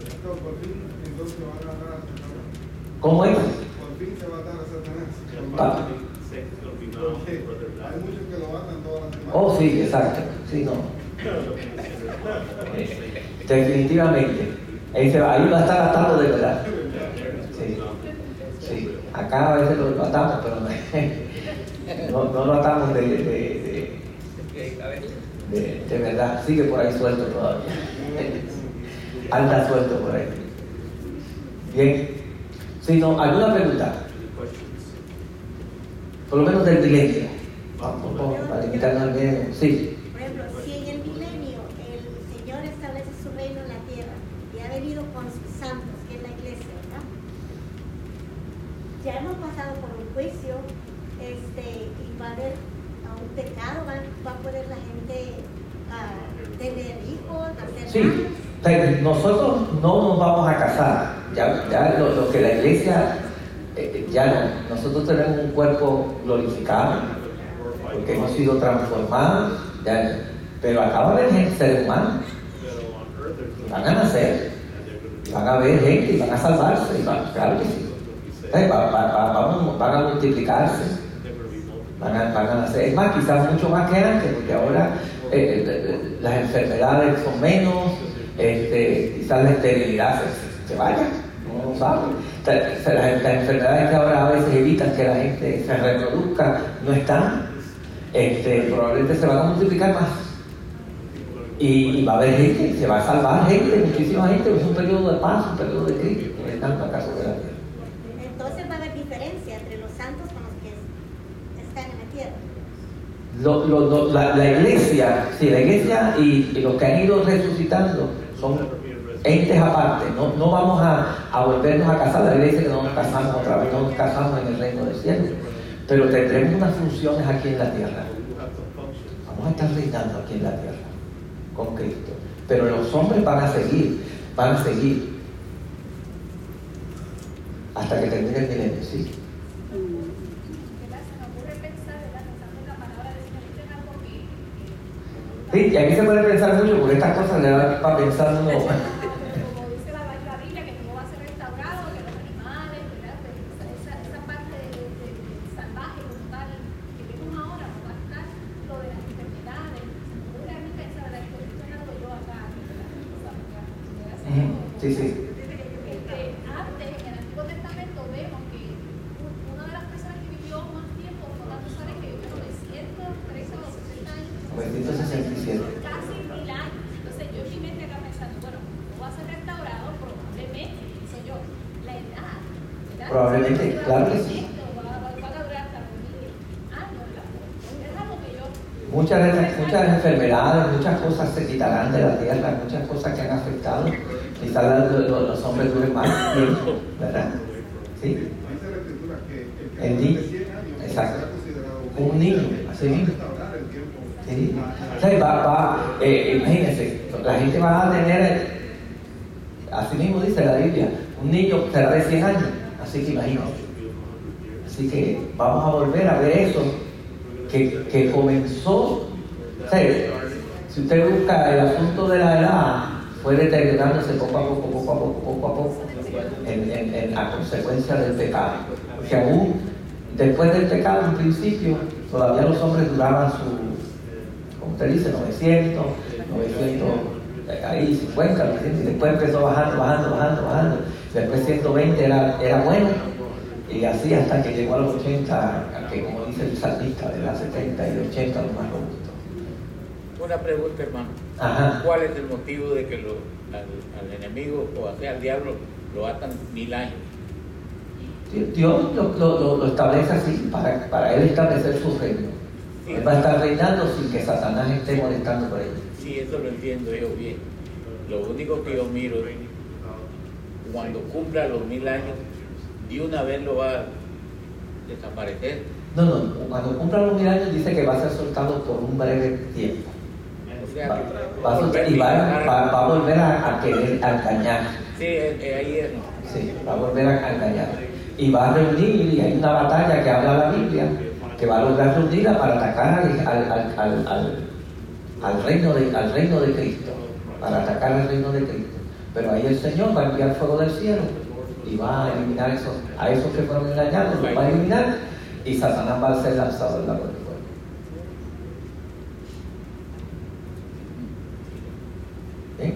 ¿Cómo es? Por fin se va a dar a Satanás. Pa- Porque hay muchos que lo matan todas las semanas. Oh, sí, exacto. Sí, no. Definitivamente. Ahí, se va, ahí va a estar atado de verdad. Sí. Sí. Acá a veces lo, lo atamos, pero no, no, no lo atamos de, de, de, de, de verdad. Sigue por ahí suelto todavía. Anda suelto por ahí. Bien. Si no, ¿alguna pregunta? Por lo menos del milenio. Vamos, vamos, para invitarnos al milenio. Sí. Por ejemplo, si en el milenio el Señor establece su reino en la tierra y ha venido con sus santos, que es la iglesia, ¿verdad? Ya hemos pasado por un juicio, este, y va a haber a un pecado, va, va a poder la gente uh, tener hijos, hacer Sí. Pero nosotros no nos vamos a casar. Ya, ya lo, lo que la iglesia, eh, ya no. Nosotros tenemos un cuerpo glorificado, porque hemos sido transformados, ya, pero acaba de haber seres humanos, y van a nacer, y van a haber gente, y van a salvarse, y van, claro que sí. Entonces, va, va, va, van, van a multiplicarse, van a, van a nacer, es más, quizás mucho más que antes, porque ahora eh, eh, las enfermedades son menos, este, quizás la esterilidad se, se vaya, uno no sabe. Las, las enfermedades que ahora a veces evitan que la gente se reproduzca no están, este, probablemente se van a multiplicar más. Y, y va a haber gente, se va a salvar gente, muchísima gente, es un periodo de paz, un periodo de Cristo, en tanto acaso de la tierra. Entonces va a haber diferencia entre los santos con los que están en la tierra. Lo, lo, lo, la, la iglesia, sí, la iglesia y, y los que han ido resucitando son entes aparte. No, no vamos a, a volvernos a casar, la iglesia que no nos casamos otra vez, no nos casamos en el reino del cielo, pero tendremos unas funciones aquí en la tierra. Vamos a estar reinando aquí en la tierra con Cristo, pero los hombres van a seguir, van a seguir hasta que termine el milenio, ¿sí? Sí, y aquí se puede pensar mucho porque estas cosas le dan para pensar uno. Como dice la, la Biblia, que todo va a ser restaurado, que los animales, ¿verdad? Esa, esa parte de, de, de salvaje como tal, que vemos ahora, va a estar lo de las enfermedades. Realmente esa verdad que estoy hablando yo acá, Sí, sí. Este, antes, en el Antiguo Testamento, vemos que una de las personas que vivió más tiempo fue la persona que vivió novecientos trece o sesenta años. novecientos sesenta y siete. Casi mil años. Entonces yo mi mente acá pensando, bueno, ¿cómo va a ser restaurado? Probablemente, dice yo, la edad. ¿verdad? Probablemente, claro que sí. Va, va, va a durar hasta mil años, ¿verdad? Es algo que yo... Muchas, muchas enfermedades, muchas cosas se quitarán de la tierra, muchas cosas que han afectado. Quizás los, los, los hombres duren más tiempo, ¿verdad? Sí. Dice la escritura que El niño, exacto. Un niño, así mismo. Sí. O sea, va, va, eh, imagínense, la gente va a tener, así mismo dice la Biblia, un niño será de cien años, así que imagínense. Así que vamos a volver a ver eso que, que comenzó. O sea, si usted busca el asunto de la edad, fue deteriorándose poco a poco, poco a poco, poco a poco, en, en, en, a consecuencia del pecado. Porque aún después del pecado, en principio, todavía los hombres duraban su, como usted dice, novecientos, novecientos, ahí cincuenta, novecientos, y después empezó bajando, bajando, bajando, bajando. Después ciento veinte era, era bueno, y así hasta que llegó a los ochenta, que como dice el salmista, de las setenta y ochenta, lo más robusto. Una pregunta, hermano. Ajá. ¿Cuál es el motivo de que lo, al, al enemigo, o sea, al diablo, lo atan mil años? Dios lo, lo, lo, lo establece así, para, para él establecer su reino. Sí. Él va a estar reinando sin que Satanás esté molestando por él. Sí, eso lo entiendo yo bien. Lo único que yo miro es cuando cumpla los mil años, de una vez lo va a desaparecer. No, no, cuando cumpla los mil años dice que va a ser soltado por un breve tiempo. O sea, va, va, a soltar, y va, va, va a volver a, a querer a engañar. Sí, ahí es. Sí, va a volver a engañar. Y va a reunir, y hay una batalla que habla la Biblia, que va a lograr reunirla para atacar al, al, al, al, al, al, reino de, al reino de Cristo, para atacar al reino de Cristo. Pero ahí el Señor va a enviar fuego del cielo y va a eliminar esos, a esos que fueron engañados, los va a eliminar, y Satanás va a ser lanzado al lago del fuego. ¿Eh?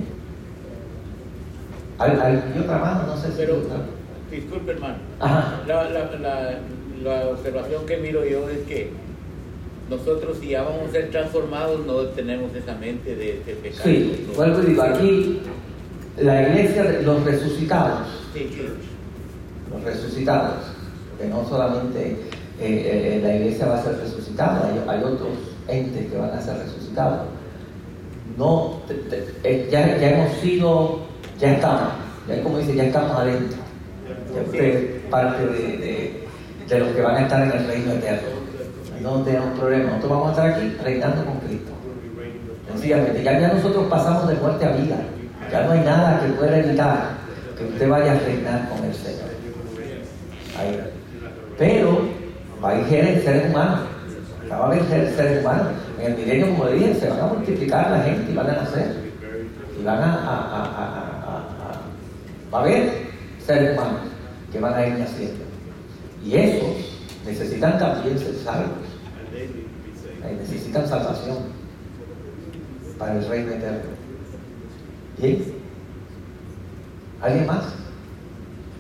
¿Hay, hay, y otra mano? No sé si... Pero, disculpe, hermano. Ajá. La, la, la, la observación que miro yo es que nosotros, si ya vamos a ser transformados, no tenemos esa mente de, de pecado. Sí, vuelvo y digo, aquí la iglesia, los resucitados, sí, sí. los resucitados, que no solamente eh, eh, la iglesia va a ser resucitada, hay, hay otros entes que van a ser resucitados. No, te, te, eh, ya, ya hemos sido, ya estamos, ya como dice, ya estamos adentro. Ya usted es parte de, de, de los que van a estar en el reino eterno. No tenemos problema, nosotros vamos a estar aquí reinando con Cristo. Sencillamente, ya, ya nosotros pasamos de muerte a vida. Ya no hay nada que pueda evitar que usted vaya a reinar con el Señor. Ahí. Pero va a ir seres humanos. Va a haber seres humanos. En el milenio, como le dije, se van a multiplicar la gente y van a nacer. Y van a, a, a, a, a, a va a haber seres humanos que van a ir naciendo. Y esos necesitan también ser salvos. Necesitan salvación para el reino eterno. ¿Bien? ¿Alguien más?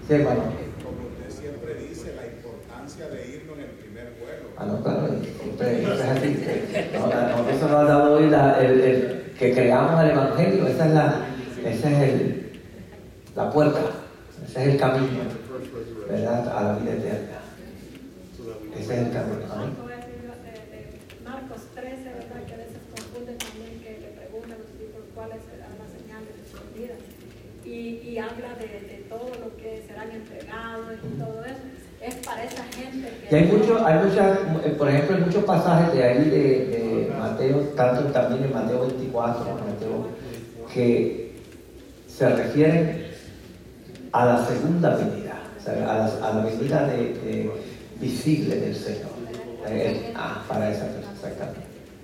Sí, hermano. Como usted siempre dice, la importancia de irnos en el primer vuelo. Ah, no, claro, siempre es así. No, no, eso nos ha dado hoy la, el, el, que creamos el Evangelio, esa es la, esa es el, la puerta, ese es el camino, ¿verdad? A la vida eterna. Ese es el camino. ¿Ah? Marcos trece, ¿verdad? Que a veces confunden también, que le preguntan a los discípulos cuáles serán las señales de su venida. Y, y habla de, de todo lo que serán entregados y todo eso. Es para esa gente que... Y hay muchos, hay muchas, por ejemplo, hay muchos pasajes de ahí de, de Mateo, tanto también en Mateo veinticuatro, Mateo, que se refieren a la segunda venida, o sea, a, la, a la venida de, de visible del Señor. Eh, ah, para esa persona, exactamente.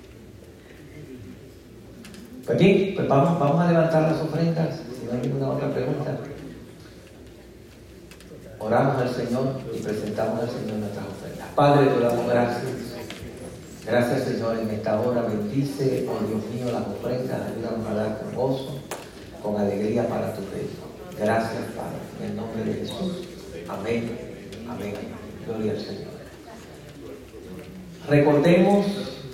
Pues bien, pues vamos, vamos a levantar las ofrendas, si no hay ninguna otra pregunta. Oramos al Señor y presentamos al Señor nuestras ofrendas. Padre, te damos gracias. Gracias, Señor, en esta hora. Bendice, oh Dios mío, las ofrendas. Ayúdanos a dar con gozo, con alegría para tu reino. Gracias, Padre. En el nombre de Jesús. Amén. Amén. Gloria al Señor. Recordemos,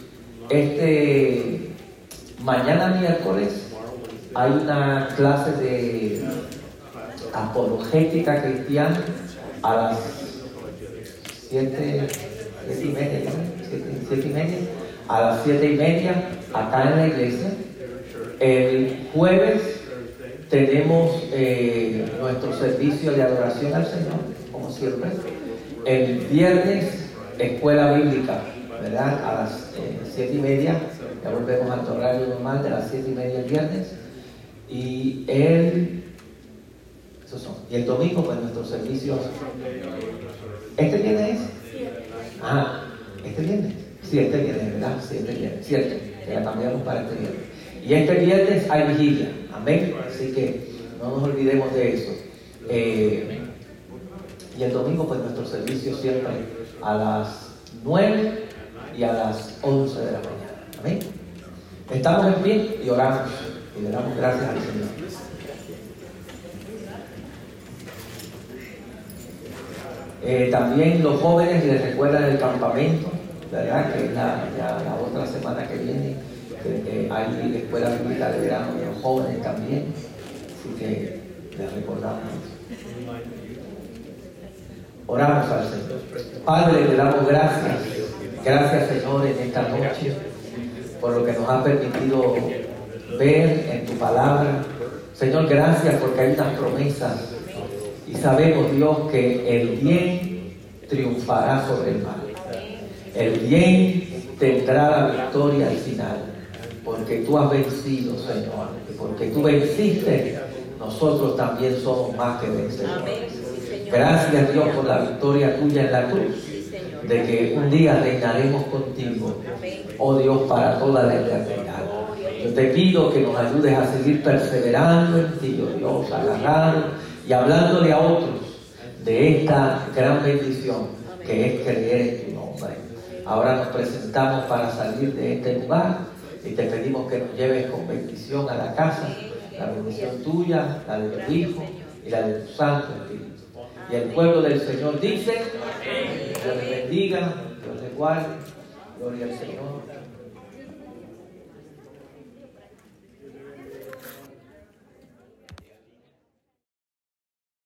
este mañana miércoles hay una clase de apologética cristiana a las siete, siete y media, ¿no? siete, siete y media, a las siete y media acá en la iglesia. El jueves tenemos eh, nuestro servicio de adoración al Señor, como siempre. El viernes, escuela bíblica, ¿verdad? A las eh, siete y media, ya volvemos al horario normal de las siete y media el viernes. Y el Esos son. Y el domingo, pues nuestros servicios. ¿Este viernes es? Ah, ¿este viernes? Sí, este viernes, ¿verdad? Sí, este viernes, cierto. Que la cambiamos para este viernes. Y este viernes hay vigilia. Amén. Así que no nos olvidemos de eso. Eh, y el domingo, pues nuestros servicios siempre a las nueve y a las once de la mañana. Amén. Estamos en pie y oramos. Y le damos gracias al Señor. Eh, también los jóvenes les recuerdan el campamento, ¿verdad? Que es la, la, la otra semana que viene, que, que hay escuela bíblica de verano de los jóvenes también, así que les recordamos. Oramos al Señor. Padre, le damos gracias, gracias Señor en esta noche, por lo que nos ha permitido ver en tu palabra. Señor, gracias porque hay unas promesas. Y sabemos, Dios, que el bien triunfará sobre el mal. El bien tendrá la victoria al final. Porque tú has vencido, Señor. Y porque tú venciste, nosotros también somos más que vencedores. Gracias, Dios, por la victoria tuya en la cruz. De que un día reinaremos contigo, oh Dios, para toda la eternidad. Yo te pido que nos ayudes a seguir perseverando en ti, oh Dios, agarrados y hablándole a otros de esta gran bendición que es creer en tu nombre. Ahora nos presentamos para salir de este lugar y te pedimos que nos lleves con bendición a la casa, la bendición tuya, la de tu Hijo y la de tu Santo Espíritu. Y el pueblo del Señor dice: Dios les bendiga, Dios les guarde, gloria al Señor.